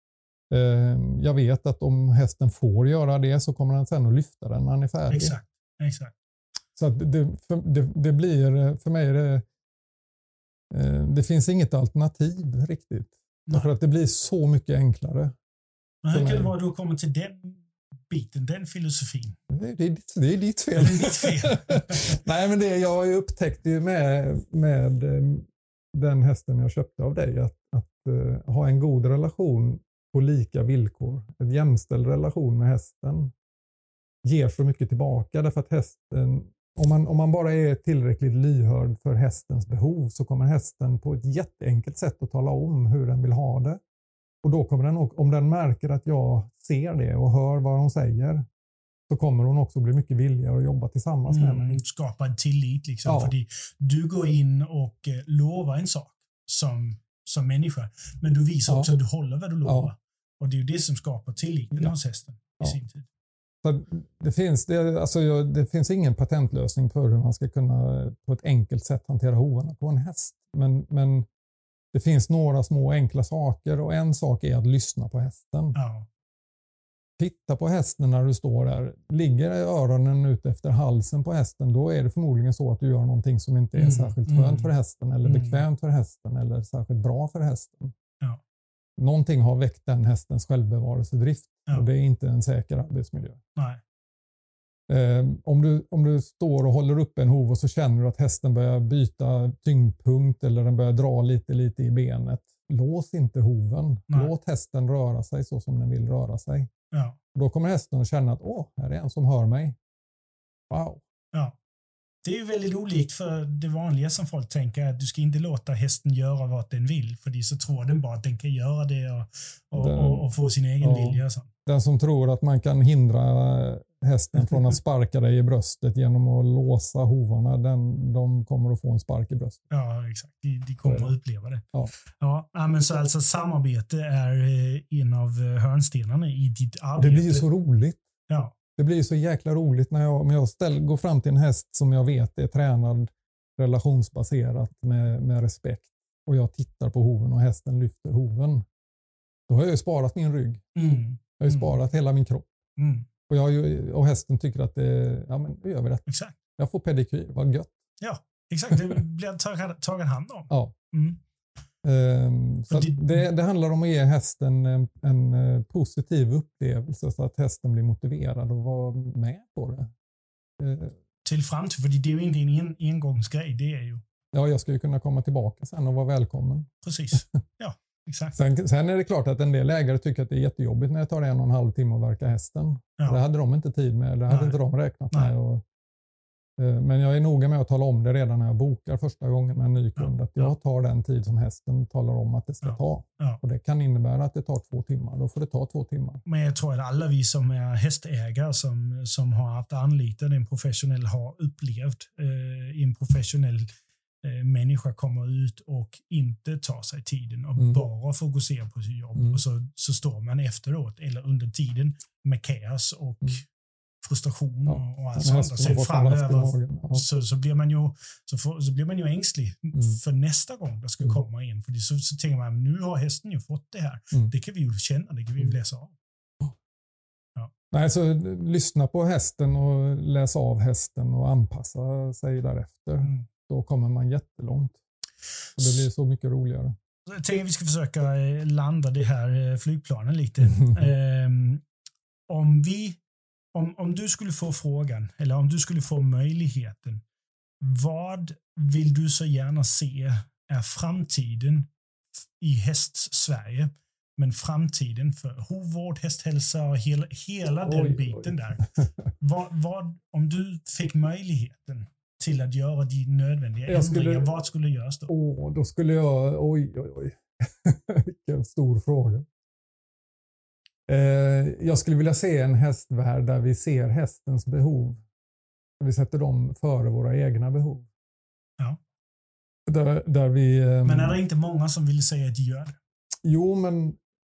Jag vet att om hästen får göra det så kommer han sen att lyfta den när han är färdig. Exakt, exakt. Så att det, för, det, det blir, för mig är det, det finns inget alternativ riktigt. För att det blir så mycket enklare. Men hur kan det vara att du kommer till den biten, den filosofin? Det, det, det är ditt fel. Det är ditt fel. Nej, men det jag har ju upptäckt ju med, med den hästen jag köpte av dig att, att uh, ha en god relation på lika villkor. En jämställd relation med hästen ger så mycket tillbaka därför att hästen, om man, om man bara är tillräckligt lyhörd för hästens behov så kommer hästen på ett jätteenkelt sätt att tala om hur den vill ha det. Och då kommer den, om den märker att jag ser det och hör vad de säger så kommer hon också bli mycket villigare att jobba tillsammans mm, med mig. Skapa en tillit liksom. Ja. För du går in och lovar en sak som, som människa. Men du visar ja. också att du håller vad du lovar. Ja. Och det är ju det som skapar tilliten ja. hos hästen i ja. sin tid. Så det, finns, det, alltså, det finns ingen patentlösning för hur man ska kunna på ett enkelt sätt hantera hovarna på en häst. Men, men det finns några små enkla saker och en sak är att lyssna på hästen. Ja. Titta på hästen när du står där. Ligger öronen ut efter halsen på hästen, då är det förmodligen så att du gör någonting som inte är mm, särskilt skönt mm, för hästen eller mm. bekvämt för hästen eller särskilt bra för hästen. Ja. Någonting har väckt den hästens självbevarelsedrift ja. och det är inte en säker arbetsmiljö. Nej. Eh, om, du, om du står och håller upp en hov och så känner du att hästen börjar byta tyngdpunkt eller den börjar dra lite lite i benet. Lås inte hoven. Nej. Låt hästen röra sig så som den vill röra sig. Ja. Då kommer hästen att känna att åh, här är en som hör mig. Wow. Ja. Det är ju väldigt olikt för det vanliga som folk tänker att du ska inte låta hästen göra vad den vill för så tror den bara att den kan göra det och, och, den, och, och få sin egen ja, vilja. Så. Den som tror att man kan hindra hästen från att sparka dig i bröstet genom att låsa hovarna, den, de kommer att få en spark i bröstet. Ja, exakt. De, de kommer att uppleva det. Ja. Ja, men så alltså samarbete är en av hörnstenarna i ditt arbete. Det blir ju så roligt. Ja. Det blir så jäkla roligt när jag, om jag ställ, går fram till en häst som jag vet är tränad relationsbaserat med, med respekt och jag tittar på hoven och hästen lyfter hoven. Då har jag ju sparat min rygg. Mm. Jag har ju sparat mm. hela min kropp. Mm. Och, jag, och hästen tycker att det, ja men då gör vi det. Exakt. Jag får pedikyr, vad gött. Ja, exakt. Det blir tagen, tagen hand om. Ja. Mm. Um, så det, det, det handlar om att ge hästen en, en, en positiv upplevelse så att hästen blir motiverad och vara med på det. Uh, Till framtid, för det är ju inte en engångsgrej, det är ju. Ja, jag ska ju kunna komma tillbaka sen och vara välkommen. Precis, ja, exakt. sen, sen är det klart att en del ägare tycker att det är jättejobbigt när det tar en och en halv timme att verka hästen. Ja. Det hade de inte tid med, det hade Nej. inte de räknat Nej. med. Och, men jag är noga med att tala om det redan när jag bokar första gången med en ny kund. Ja. Att jag tar den tid som hästen talar om att det ska ja. ta. Ja. Och det kan innebära att det tar två timmar. Då får det ta två timmar. Men jag tror att alla vi som är hästägare som, som har haft anlitat en professionell har upplevt eh, en professionell eh, människa kommer ut och inte tar sig tiden och mm. bara fokuserar på sitt jobb. Mm. Och så, så står man efteråt eller under tiden med kaos och mm. frustration ja, och allt sånt. Och sen framöver ja. så, så, blir man ju, så, får, så blir man ju ängslig mm. för nästa gång det ska mm. komma in. För det, så, så tänker man, nu har hästen ju fått det här. Mm. Det kan vi ju känna, det kan vi ju läsa av. Ja. Nej, så lyssna på hästen och läsa av hästen och anpassa sig därefter. Mm. Då kommer man jättelångt. Och det blir så mycket roligare. Jag tänker att vi ska försöka landa det här flygplanen lite. um, om vi Om, om du skulle få frågan, eller om du skulle få möjligheten, vad vill du så gärna se är framtiden i häst-Sverige, men framtiden för hovvård, hästhälsa och hela, hela den oj, biten oj. där. Vad, vad, om du fick möjligheten till att göra de nödvändiga jag ändringar, skulle, vad skulle göras då? Åh, då skulle jag, oj, oj, oj. Vilken stor fråga. Jag skulle vilja se en hästvärld där vi ser hästens behov. Vi sätter dem före våra egna behov. Ja. Där, där vi, men är det inte många som vill säga att de gör det? Jo, men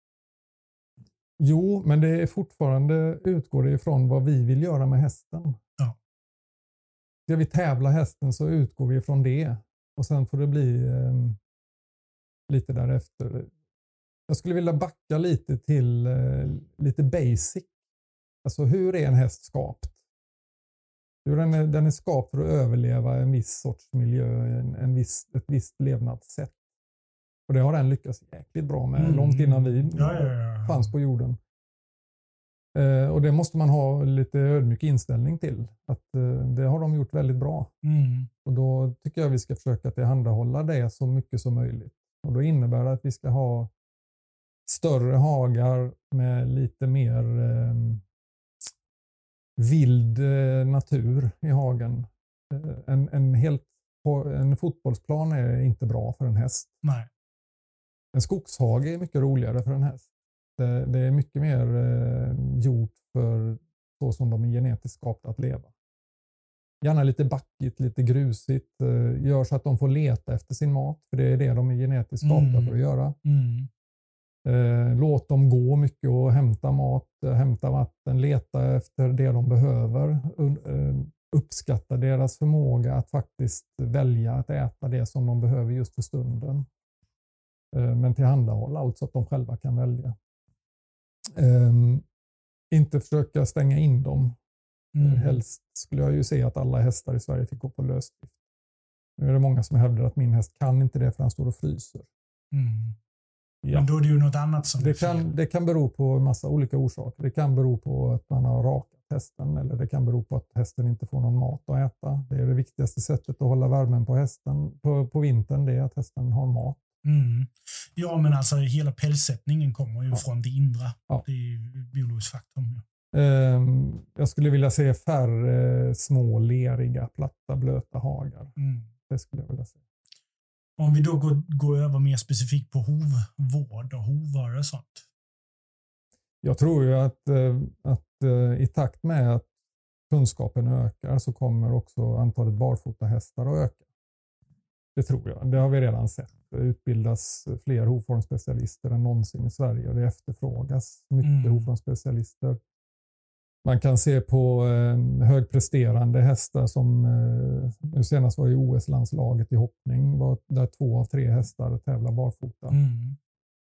jo, men det är fortfarande utgår det ifrån vad vi vill göra med hästen. Ja. Ska vi tävla hästen så utgår vi ifrån det. Och sen får det bli eh, lite därefter. Jag skulle vilja backa lite till eh, lite basic. Alltså hur är en häst skapt? Hur den, är, den är skapt för att överleva en viss sorts miljö, en, en viss, ett visst levnadssätt. Och det har den lyckats jäkligt bra med, mm. långt innan vi ja, ja, ja. fanns på jorden. Eh, och det måste man ha lite ödmjuk inställning till. Att eh, det har de gjort väldigt bra. Mm. Och då tycker jag vi ska försöka tillhandahålla det så mycket som möjligt. Och då innebär det att vi ska ha större hagar med lite mer eh, vild eh, natur i hagen. Eh, en, en, helt, en fotbollsplan är inte bra för en häst. Nej. En skogshage är mycket roligare för en häst. Det, det är mycket mer eh, gjort för så som de är genetiskt skapta att leva. Gärna lite backigt, lite grusigt. Eh, gör så att de får leta efter sin mat. För det är det de är genetiskt skapta mm. för att göra. Mm. Eh, låt dem gå mycket och hämta mat, hämta vatten, leta efter det de behöver. Uh, uppskatta deras förmåga att faktiskt välja att äta det som de behöver just för stunden. Uh, men tillhandahålla allt så att de själva kan välja. Uh, inte försöka stänga in dem. Mm. Uh, helst skulle jag ju se att alla hästar i Sverige fick gå på lösdrift. Nu är det många som hävdar att min häst kan inte det för han står och fryser. Mm. Ja. Men då är det ju något annat som det kan, det kan bero på en massa olika orsaker. Det kan bero på att man har rakat hästen eller det kan bero på att hästen inte får någon mat att äta. Det är det viktigaste sättet att hålla värmen på hästen på, på vintern, det är att hästen har mat. Mm. Ja, men alltså hela pälssättningen kommer ju ja. från det inre. Ja. Det är ju biologiskt faktum. Ja. Um, jag skulle vilja se färre små, leriga, platta, blöta hagar. Mm. Det skulle jag vilja se. Om vi då går, går över mer specifikt på hovvård och hovar och sånt. Jag tror ju att, att i takt med att kunskapen ökar så kommer också antalet barfota hästar att öka. Det tror jag. Det har vi redan sett. Det utbildas fler hovformsspecialister än någonsin i Sverige och det efterfrågas mycket mm. hovformsspecialister. Man kan se på eh, högpresterande hästar som eh, nu senast var i O S-landslaget i hoppning var, där två av tre hästar tävlar barfota. Mm.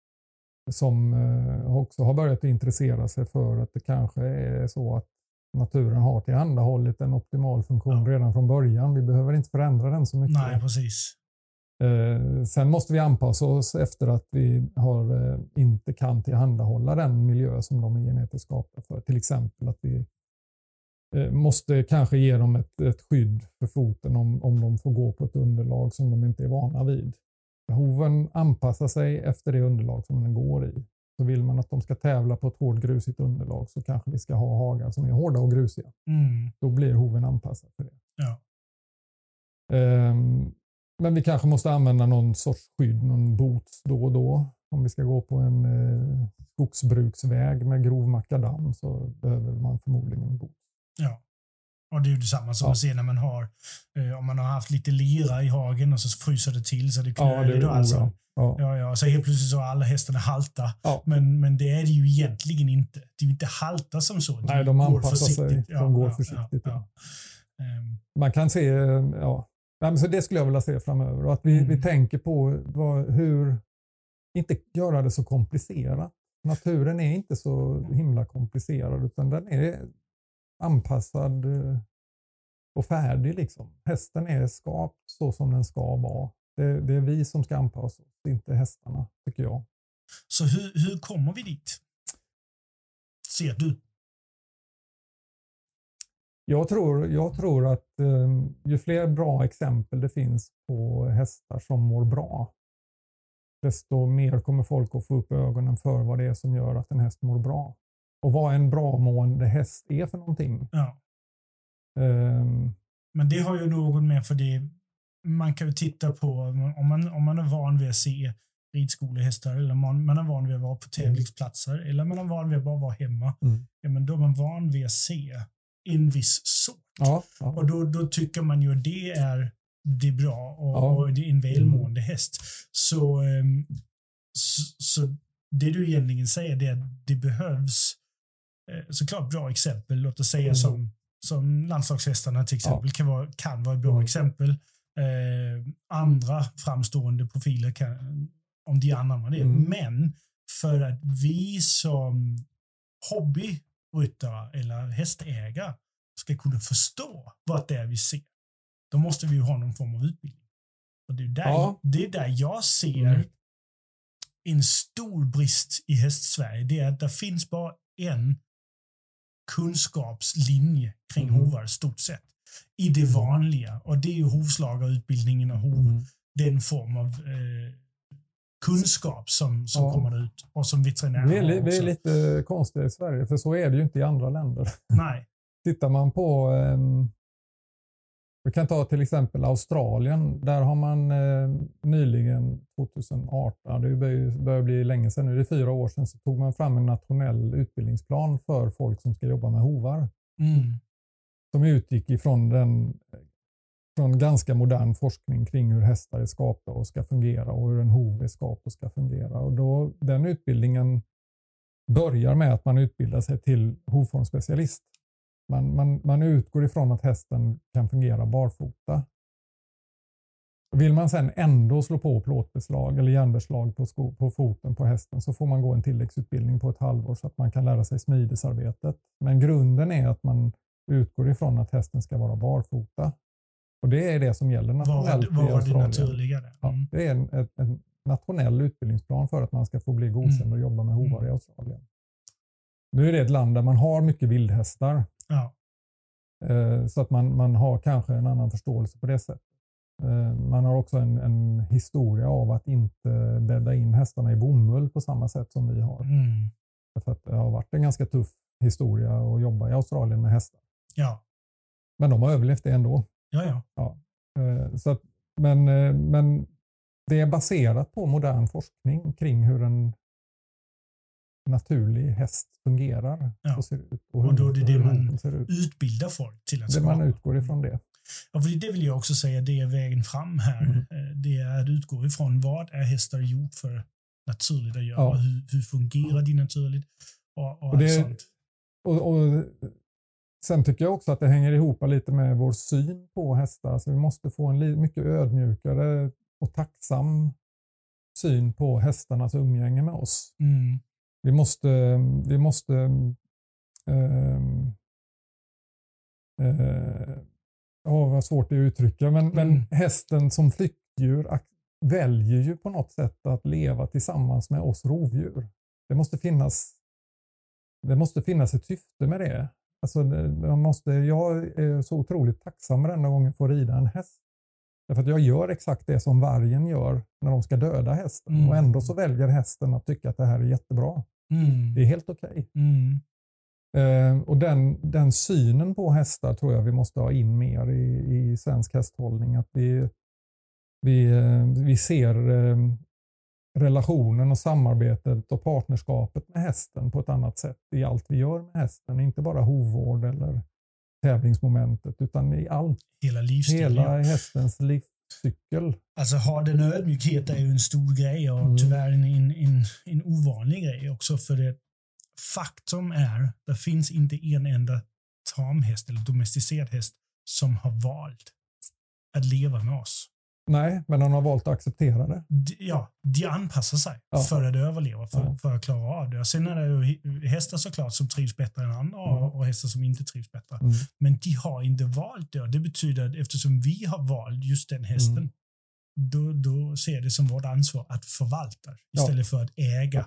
Som eh, också har börjat intressera sig för att det kanske är så att naturen har tillhandahållit en optimal funktion ja. redan från början. Vi behöver inte förändra den så mycket. Nej, precis. Eh, sen måste vi anpassa oss efter att vi har, eh, inte kan tillhandahålla den miljö som de är genetiskt skapta för. Till exempel att vi eh, måste kanske ge dem ett, ett skydd för foten om, om de får gå på ett underlag som de inte är vana vid. Hoven anpassar sig efter det underlag som den går i. Så vill man att de ska tävla på ett hårt grusigt underlag så kanske vi ska ha hagar som är hårda och grusiga. Mm. Då blir hoven anpassad för det. Ja. Eh, Men vi kanske måste använda någon sorts skydd, någon boots då och då. Om vi ska gå på en eh, skogsbruksväg med grov makadam så behöver man förmodligen en boots. Ja, och det är ju detsamma som ja. man ser när man har eh, om man har haft lite lera i hagen och så fryser det till så det knöligt ja, det är, alltså. Ja. Ja, ja. Så helt plötsligt så är alla hästarna halta. Ja. Men, men det är det ju egentligen inte. Det är ju inte halta som så. Nej, de anpassar sig. De ja, går ja, försiktigt. Ja, ja. Um. Man kan se, ja. Nej, men så det skulle jag vilja se framöver. Och att vi, mm. vi tänker på vad, hur, inte göra det så komplicerat. Naturen är inte så himla komplicerad utan den är anpassad och färdig liksom. Hästen är skapt så som den ska vara. Det, det är vi som ska anpassa oss, inte hästarna, tycker jag. Så hur, hur kommer vi dit? Ser du? Jag tror, jag tror att um, ju fler bra exempel det finns på hästar som mår bra, desto mer kommer folk att få upp ögonen för vad det är som gör att en häst mår bra. Och vad en bra mående häst är för någonting. Ja. Um, Men det har ju något med för det. Man kan ju titta på om man, om man är van vid att se ridskolehästar eller man, man är van vid att vara på tävlingsplatser mm. eller man är van vid att bara vara hemma. Mm. Ja, men då är man van vid att se en viss sort. Ja, ja. Och då, då tycker man ju att det är, det är bra och, ja. och det är en välmående häst. Så, um, så, så det du egentligen säger det är att det behövs eh, såklart bra exempel. Låt oss säga mm. som, som landslagshästarna till exempel ja. kan, vara, kan vara ett bra mm. exempel. Eh, andra framstående profiler kan, om de använder det. Mm. Men för att vi som hobbyryttare eller hästägare ska kunna förstå vad det är vi ser, då måste vi ju ha någon form av utbildning. Och det är där, ja. det är där jag ser mm. en stor brist i hästsverige. Det är att det finns bara en kunskapslinje kring mm. hovar stort sett i det vanliga, och det är ju hovslagarutbildningen och hov, mm. den form av eh, kunskap som, som ja. kommer ut och som veterinärer har också. Det är lite konstigt i Sverige, för så är det ju inte i andra länder. Nej. Tittar man på eh, vi kan ta till exempel Australien, där har man eh, nyligen tjugoarton, det börjar bli länge sedan nu, det är fyra år sedan, så tog man fram en nationell utbildningsplan för folk som ska jobba med hovar. Mm. Som utgick ifrån den, från ganska modern forskning kring hur hästar är skapta och ska fungera och hur en hov är skapt och ska fungera. Och då, den utbildningen börjar med att man utbildar sig till hovformsspecialist. Man, man, man utgår ifrån att hästen kan fungera barfota. Vill man sen ändå slå på plåtbeslag eller järnbeslag på, sko, på foten på hästen, så får man gå en tilläggsutbildning på ett halvår så att man kan lära sig smidesarbetet. Men grunden är att man utgår ifrån att hästen ska vara barfota. Och det är det som gäller nationellt. Vad var det naturliga? Mm. Ja, det är en, en, en nationell utbildningsplan för att man ska få bli godkänd mm. och jobba med hovar i Australien. Nu är det ett land där man har mycket vildhästar. Ja. Eh, så att man, man har kanske en annan förståelse på det sättet. Eh, man har också en, en historia av att inte bädda in hästarna i bomull på samma sätt som vi har. Mm. För att det har varit en ganska tuff historia att jobba i Australien med hästar. Ja. Men de har överlevt det ändå. Ja, ja. ja. Eh, så att, men, eh, men det är baserat på modern forskning kring hur en naturlig häst fungerar ja. och ser ut. Och, hur, och då är det det man ser ut. utbildar folk till att det skapa. Man utgår ifrån det. Ja, för det vill jag också säga, det är vägen fram här. Mm. Det är att utgå ifrån vad är hästar gjort för naturligt att göra. Ja. Hur, hur fungerar de naturligt? Och, och, och, det, sånt. Och, och sen tycker jag också att det hänger ihop lite med vår syn på hästar. Alltså vi måste få en mycket ödmjukare och tacksam syn på hästarnas umgänge med oss. Mm. Vi måste, vi måste äh, äh, oh, vad svårt det är att uttrycka, men, mm. men hästen som flyktdjur väljer ju på något sätt att leva tillsammans med oss rovdjur. Det måste finnas, det måste finnas ett syfte med det. Alltså, man måste, jag är så otroligt tacksam den gången för att rida en häst. Därför att jag gör exakt det som vargen gör när de ska döda hästen. Mm. Och ändå så väljer hästen att tycka att det här är jättebra. Mm. Det är helt okej. Okay. Mm. Eh, och den, den synen på hästar tror jag vi måste ha in mer i, i svensk hästhållning. Att vi, vi, vi ser eh, relationen och samarbetet och partnerskapet med hästen på ett annat sätt i allt vi gör med hästen. Inte bara hovvård eller tävlingsmomentet, utan i allt. Hela livsstilen. Hela hästens livscykel. Alltså ha den ödmjukhet är ju en stor grej och mm. tyvärr en, en, en, en ovanlig grej också, för det faktum är, det finns inte en enda tamhäst eller domesticerad häst som har valt att leva med oss. Nej, men han har valt att acceptera det. De, ja, de anpassar sig ja. för att överleva, för, ja. för att klara av det. Och sen är det ju hästar såklart som trivs bättre än andra mm. och hästar som inte trivs bättre. Mm. Men de har inte valt det. Det betyder att eftersom vi har valt just den hästen, mm. då, då ser det som vårt ansvar att förvalta istället ja. för att äga.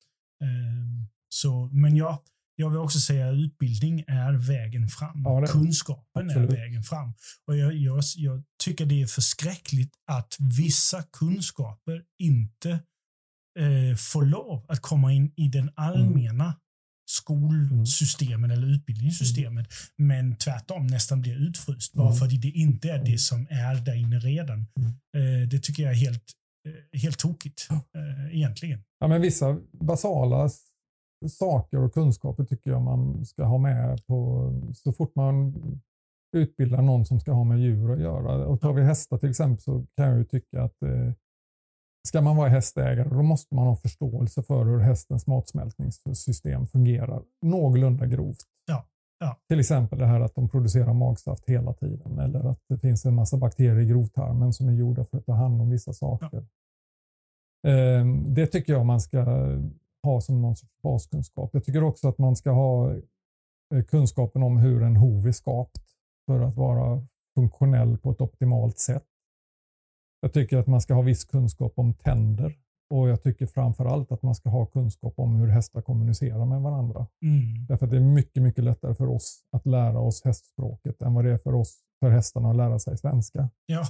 Um, så, men ja, jag vill också säga att utbildning är vägen fram. Ja, Kunskapen absolut. är vägen fram. Och jag, jag, jag tycker det är förskräckligt att vissa kunskaper inte eh, får lov att komma in i den allmänna mm. skolsystemen mm. eller utbildningssystemet, mm. men tvärtom nästan blir utfryst bara mm. för att det inte är det som är där inne redan. Mm. Eh, det tycker jag är helt, eh, helt tokigt eh, egentligen. Ja, men vissa basala saker och kunskaper tycker jag man ska ha med på så fort man utbildar någon som ska ha med djur att göra. Och tar vi hästar till exempel, så kan jag ju tycka att eh, ska man vara hästägare, då måste man ha förståelse för hur hästens matsmältningssystem fungerar någorlunda grovt. Ja. Ja. Till exempel det här att de producerar magsaft hela tiden. Eller att det finns en massa bakterier i grovtarmen som är gjorda för att ta hand om vissa saker. Ja. Eh, det tycker jag man ska ha som någon sorts baskunskap. Jag tycker också att man ska ha kunskapen om hur en hov är skapt för att vara funktionell på ett optimalt sätt. Jag tycker att man ska ha viss kunskap om tänder. Och jag tycker framförallt att man ska ha kunskap om hur hästar kommunicerar med varandra. Mm. Därför att det är mycket, mycket lättare för oss att lära oss hästspråket än vad det är för oss, för hästarna att lära sig svenska. Ja,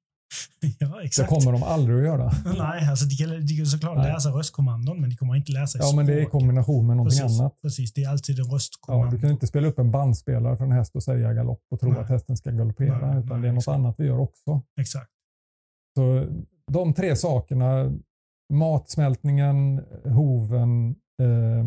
ja exakt. Det kommer de aldrig att göra. Nej, alltså de kan, de kan såklart Nej. läsa röstkommandon, men de kommer inte läsa Ja, språk. men det är i kombination med någonting precis, annat. Precis, det är alltid en röstkommando. Ja, du kan inte spela upp en bandspelare för en häst och säga galopp och tro Nej. att hästen ska galoppera, Nej, utan nej, det är något exakt. annat vi gör också. Exakt. Så de tre sakerna, matsmältningen, hoven, eh,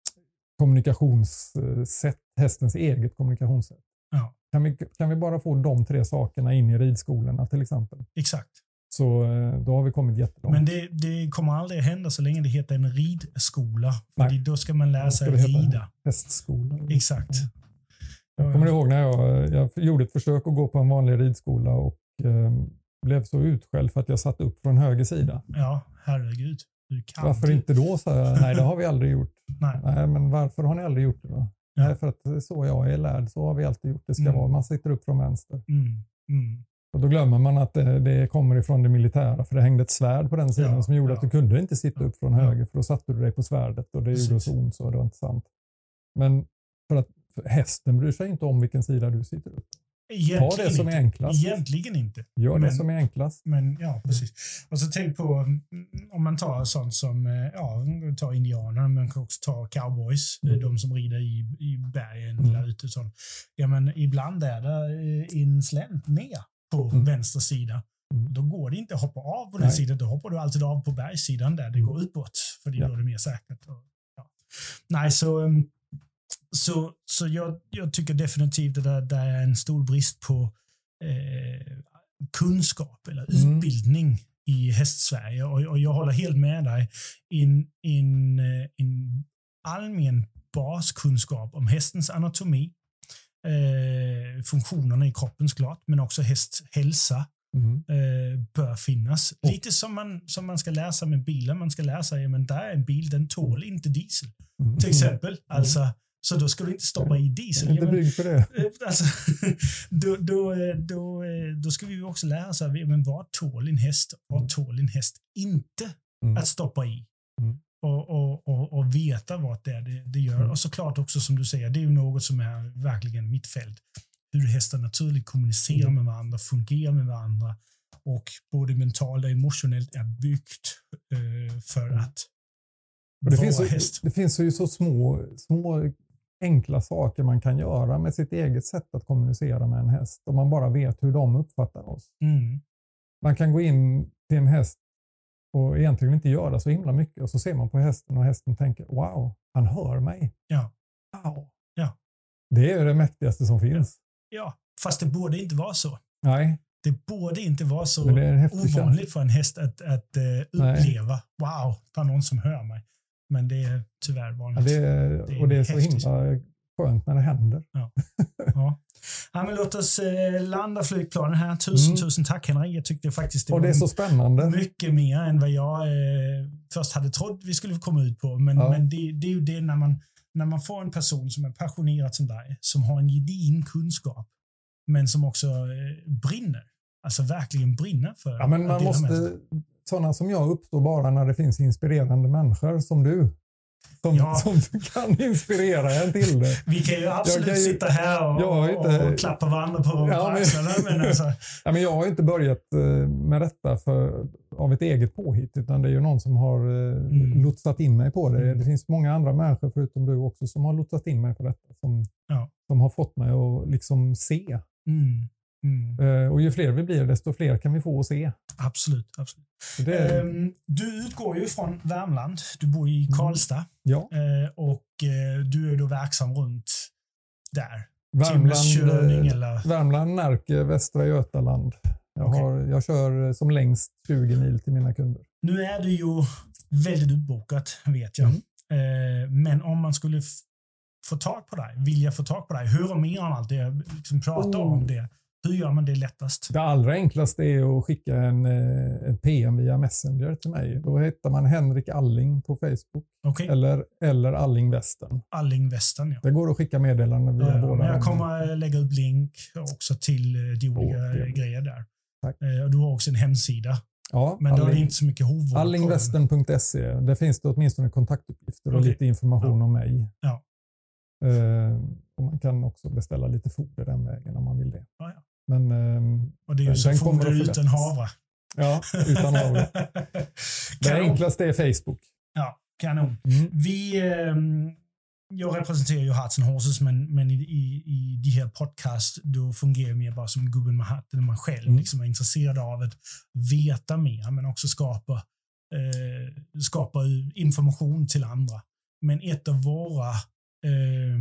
kommunikationssätt, hästens eget kommunikationssätt. Ja. Kan vi, kan vi bara få de tre sakerna in i ridskolorna till exempel? Exakt. Så då har vi kommit jättelångt. Men det, det kommer aldrig hända så länge det heter en ridskola. För då ska man lära sig rida. Hästskola. Exakt. Jag kommer ihåg när jag, jag gjorde ett försök att gå på en vanlig ridskola och eh, blev så utskälld för att jag satt upp från höger sida. Ja, herregud. Du kan varför du? inte då? Så jag, nej, det har vi aldrig gjort. Nej. Nej, men varför har ni aldrig gjort det då? Ja. Nej, för att så jag är lärd, så har vi alltid gjort. Det ska Mm. vara, man sitter upp från vänster. Mm. Mm. Och då glömmer man att det, det kommer ifrån det militära, för det hängde ett svärd på den sidan Ja, som gjorde ja. att du kunde inte sitta upp från Ja. höger, för då satte du dig på svärdet och det Precis. gjorde så ont, så det var inte sant. Men för att för hästen bryr sig inte om vilken sida du sitter upp. Egentligen Ta det som inte. är enklast. Egentligen inte. Gör men, det som är enklast. Men ja, precis. Och så tänk på mm, om man tar sånt som, ja, tar indianer, men kan också ta cowboys, Mm. de som rider i, i bergen Mm. där ute. Sånt. Ja, men ibland är det en slänt ner på Mm. vänster sida. Mm. Då går det inte att hoppa av på den Nej. sidan. Då hoppar du alltid av på bergssidan där det Mm. går utåt. För Ja. då är det mer säkert. Och, ja. Nej, så, um, så, så jag, jag tycker definitivt att det, det är en stor brist på eh, kunskap eller Mm. utbildning i hästsverige. Och, och jag håller helt med dig. En, en, en allmän baskunskap om hästens anatomi, eh, funktionerna i kroppen såklart, men också hästhälsa Mm. eh, bör finnas. Och- Lite som man, som man ska läsa med bilen. Man ska läsa, ja, men där är en bil, den tål inte diesel. Mm. Till exempel. Alltså, så då ska du inte stoppa i diesel. Jag är inte Ja, men, byggd för det. eh, alltså, då, då, då, då ska vi ju också lära oss, men vad tål en häst? Vad tål en häst inte Mm. att stoppa i? Mm. Och, och, och, och veta vad det är det, det gör. Mm. Och såklart också, som du säger, det är ju något som är verkligen mitt fält. Hur hästar naturligt kommunicerar Mm. med varandra, fungerar med varandra och både mentalt och emotionellt är byggt eh, för Mm. att Och det, vara finns så, häst. det finns ju så små, små enkla saker man kan göra med sitt eget sätt att kommunicera med en häst. Om man bara vet hur de uppfattar oss. Mm. Man kan gå in till en häst och egentligen inte göra så himla mycket. Och så ser man på hästen och hästen tänker, wow, han hör mig. Ja. Wow. Ja. Det är det mäktigaste som finns. Ja, fast det borde inte vara så. Nej, Det borde inte vara så men det är en häftig känsla. ovanligt för en häst att, att uh, uppleva, wow, det är någon som hör mig. Men det är tyvärr Ja, vanligt. det är, Det är och det är så häftigt. himla skönt när det händer. Ja. Ja. Ja, men låt oss eh, landa flygplanen här. Tusen, Mm. tusen tack Henrik. Jag tyckte faktiskt det Och var det är så spännande. mycket mer än vad jag eh, först hade trott vi skulle komma ut på. Men, Ja. men det, det är ju det när man, när man får en person som är passionerad som dig, som har en gedigen kunskap, men som också eh, brinner. Alltså verkligen brinner för Ja, men att man dela med sig. måste, sådana som jag uppstår bara när det finns inspirerande människor som du. Som, Ja. som kan inspirera en till det. Vi kan ju absolut kan ju- sitta här och, Jag har inte- och klappa varandra på, Ja, på men- axlarna. Men alltså, Ja, men jag har inte börjat eh, med detta för, av ett eget påhitt, utan det är ju någon som har eh, Mm. lotsat in mig på det. Mm. Det finns många andra människor förutom du också som har lotsat in mig på detta. Som, Ja. som har fått mig att liksom se. mm, mm, Eh, och ju fler vi blir, desto fler kan vi få att se. absolut, absolut. Så det är, Ehm, du utgår ju från Värmland. Du bor i Karlstad. ja, Eh, och eh, du är då verksam runt där. Värmland, Timmerkörning eh, eller? Värmland, Närke, Västra Götaland. Jag, Okej. har, jag kör som längst tjugo mil till mina kunder. Nu är du ju väldigt utbokat, vet jag. Mm. Eh, men om man skulle f- få tag på dig? Vill jag få tag på dig? Höra mer om allt det? Liksom prata oh. om det. Hur gör man det lättast? Det allra enklaste är att skicka en, en P M via Messenger till mig. Då hittar man Henrik Alling på Facebook. Okay. Eller, eller Alling Western. Alling Western, ja. Det går att skicka meddelanden via ja, båda. Men jag kommer lägga upp länk också till de olika oh, grejer där. Tack. Och du har också en hemsida. Ja, men Alling, då är det inte så mycket hovvård. allingwestern punkt se. Där finns det åtminstone kontaktuppgifter och okay. lite information ja. om mig. Ja. Uh, och man kan också beställa lite foder den vägen om man vill det. Ja, ja. Men, um, och det är ju så foder utan havre. Ja, utan havre. Det enklaste är Facebook. Ja, kanon. Mm. Vi, um, jag representerar ju Hearts and Horses, men, men i, i, i de här podcast då fungerar jag mer bara som gubben med hatten, man själv mm. liksom är intresserad av att veta mer, men också skapa, eh, skapa information till andra. Men ett av våra eh,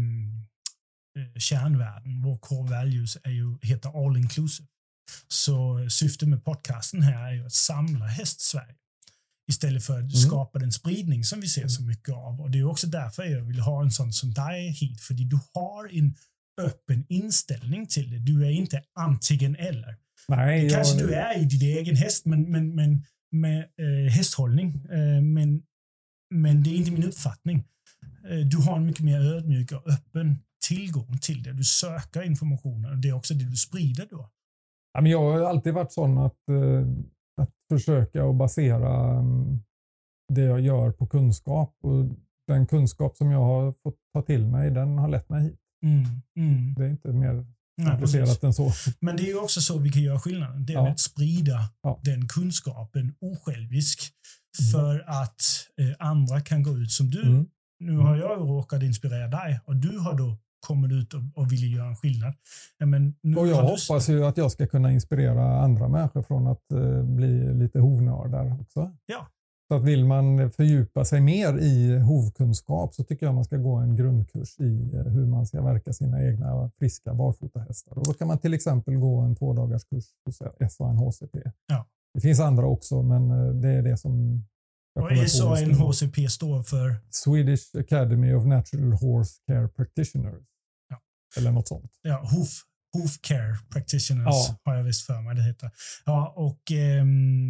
kärnvärden, vår core values är ju, heter all inclusive. Så syftet med podcasten här är ju att samla häst-Sverige istället för att mm. skapa den spridning som vi ser så mycket av. Och det är också därför jag vill ha en sån som dig hit, för du har en öppen inställning till det. Du är inte antingen eller. Nej, kanske jag... du är i din egen häst, men, men, men med eh, hästhållning. Eh, men, men det är inte min uppfattning. Eh, du har en mycket mer ödmjuk och öppen tillgång till det. Du söker informationen och det är också det du sprider då. Ja, men jag har alltid varit sån att, eh, att försöka att basera um, det jag gör på kunskap. Och den kunskap som jag har fått ta till mig, den har lett mig hit. Mm, mm. Det är inte mer komplicerat än så. Men det är ju också så vi kan göra skillnaden. Det är ja. att sprida ja. den kunskapen osjälvisk mm. för att eh, andra kan gå ut som du. Mm. Nu har jag råkat inspirera dig och du har då kommit ut och, och vill göra en skillnad. Ja, men nu och jag du... hoppas ju att jag ska kunna inspirera andra människor från att uh, bli lite hovnördar också. Ja. Så att vill man fördjupa sig mer i hovkunskap så tycker jag man ska gå en grundkurs i uh, hur man ska verka sina egna friska barfotahästar. Och då kan man till exempel gå en tvådagarskurs hos S A N H C P. Ja. Det finns andra också, men uh, det är det som... Och S A N H C P står för? Swedish Academy of Natural Horse Care Practitioners. Ja. Eller något sånt. Ja, hoof, hoof Care Practitioners ja. har jag visst för mig det heter. Ja, och eh,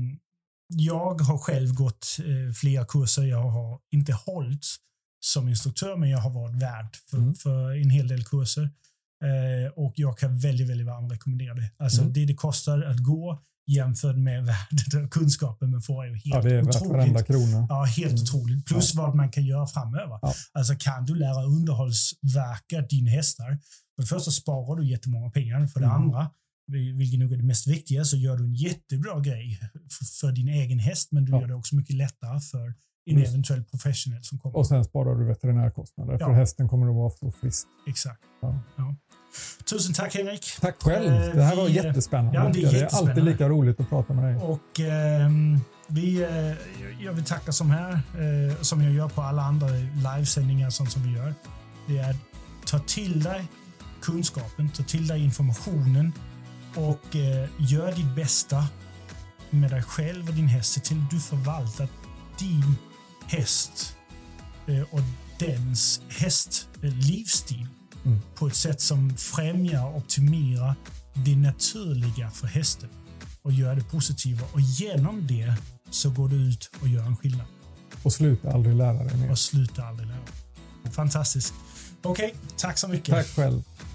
jag har själv gått eh, flera kurser. Jag har inte hållit som instruktör, men jag har varit värd för, mm. för en hel del kurser. Eh, och jag kan väldigt, väldigt varmt rekommendera det. Alltså mm. det det kostar att gå jämfört med värdet och kunskapen man får är ju helt ja, det är otroligt. Varenda krona. Ja, helt mm. otroligt. Plus ja. vad man kan göra framöver. Ja. Alltså kan du lära underhållsverka dina hästar. För det första sparar du jättemånga pengar. För det mm. andra, vilket nog är det mest viktiga, så gör du en jättebra grej för, för din egen häst, men du ja. gör det också mycket lättare för en mm. eventuell professionell som kommer. Och sen sparar du veterinärkostnader, ja. för hästen kommer att vara så frisk. Exakt. Ja. Ja. Tusen tack Henrik. Tack själv. Det här var vi, jättespännande. Ja, det, är jättespännande. Det är alltid lika roligt att prata med dig. Och eh, vi, eh, jag vill tacka som här, eh, som jag gör på alla andra livesändningar som, som vi gör. Det är att ta till dig kunskapen, ta till dig informationen och eh, gör ditt bästa med dig själv och din häst. Se till att du förvaltar din häst eh, och dens hästlivsstil. Mm. på ett sätt som främjar och optimerar det naturliga för hästen och gör det positiva. Och genom det så går du ut och gör en skillnad. Och sluta aldrig lära dig mer. Och sluta aldrig lära dig. Fantastiskt. Okej, okay, tack så mycket. Tack själv.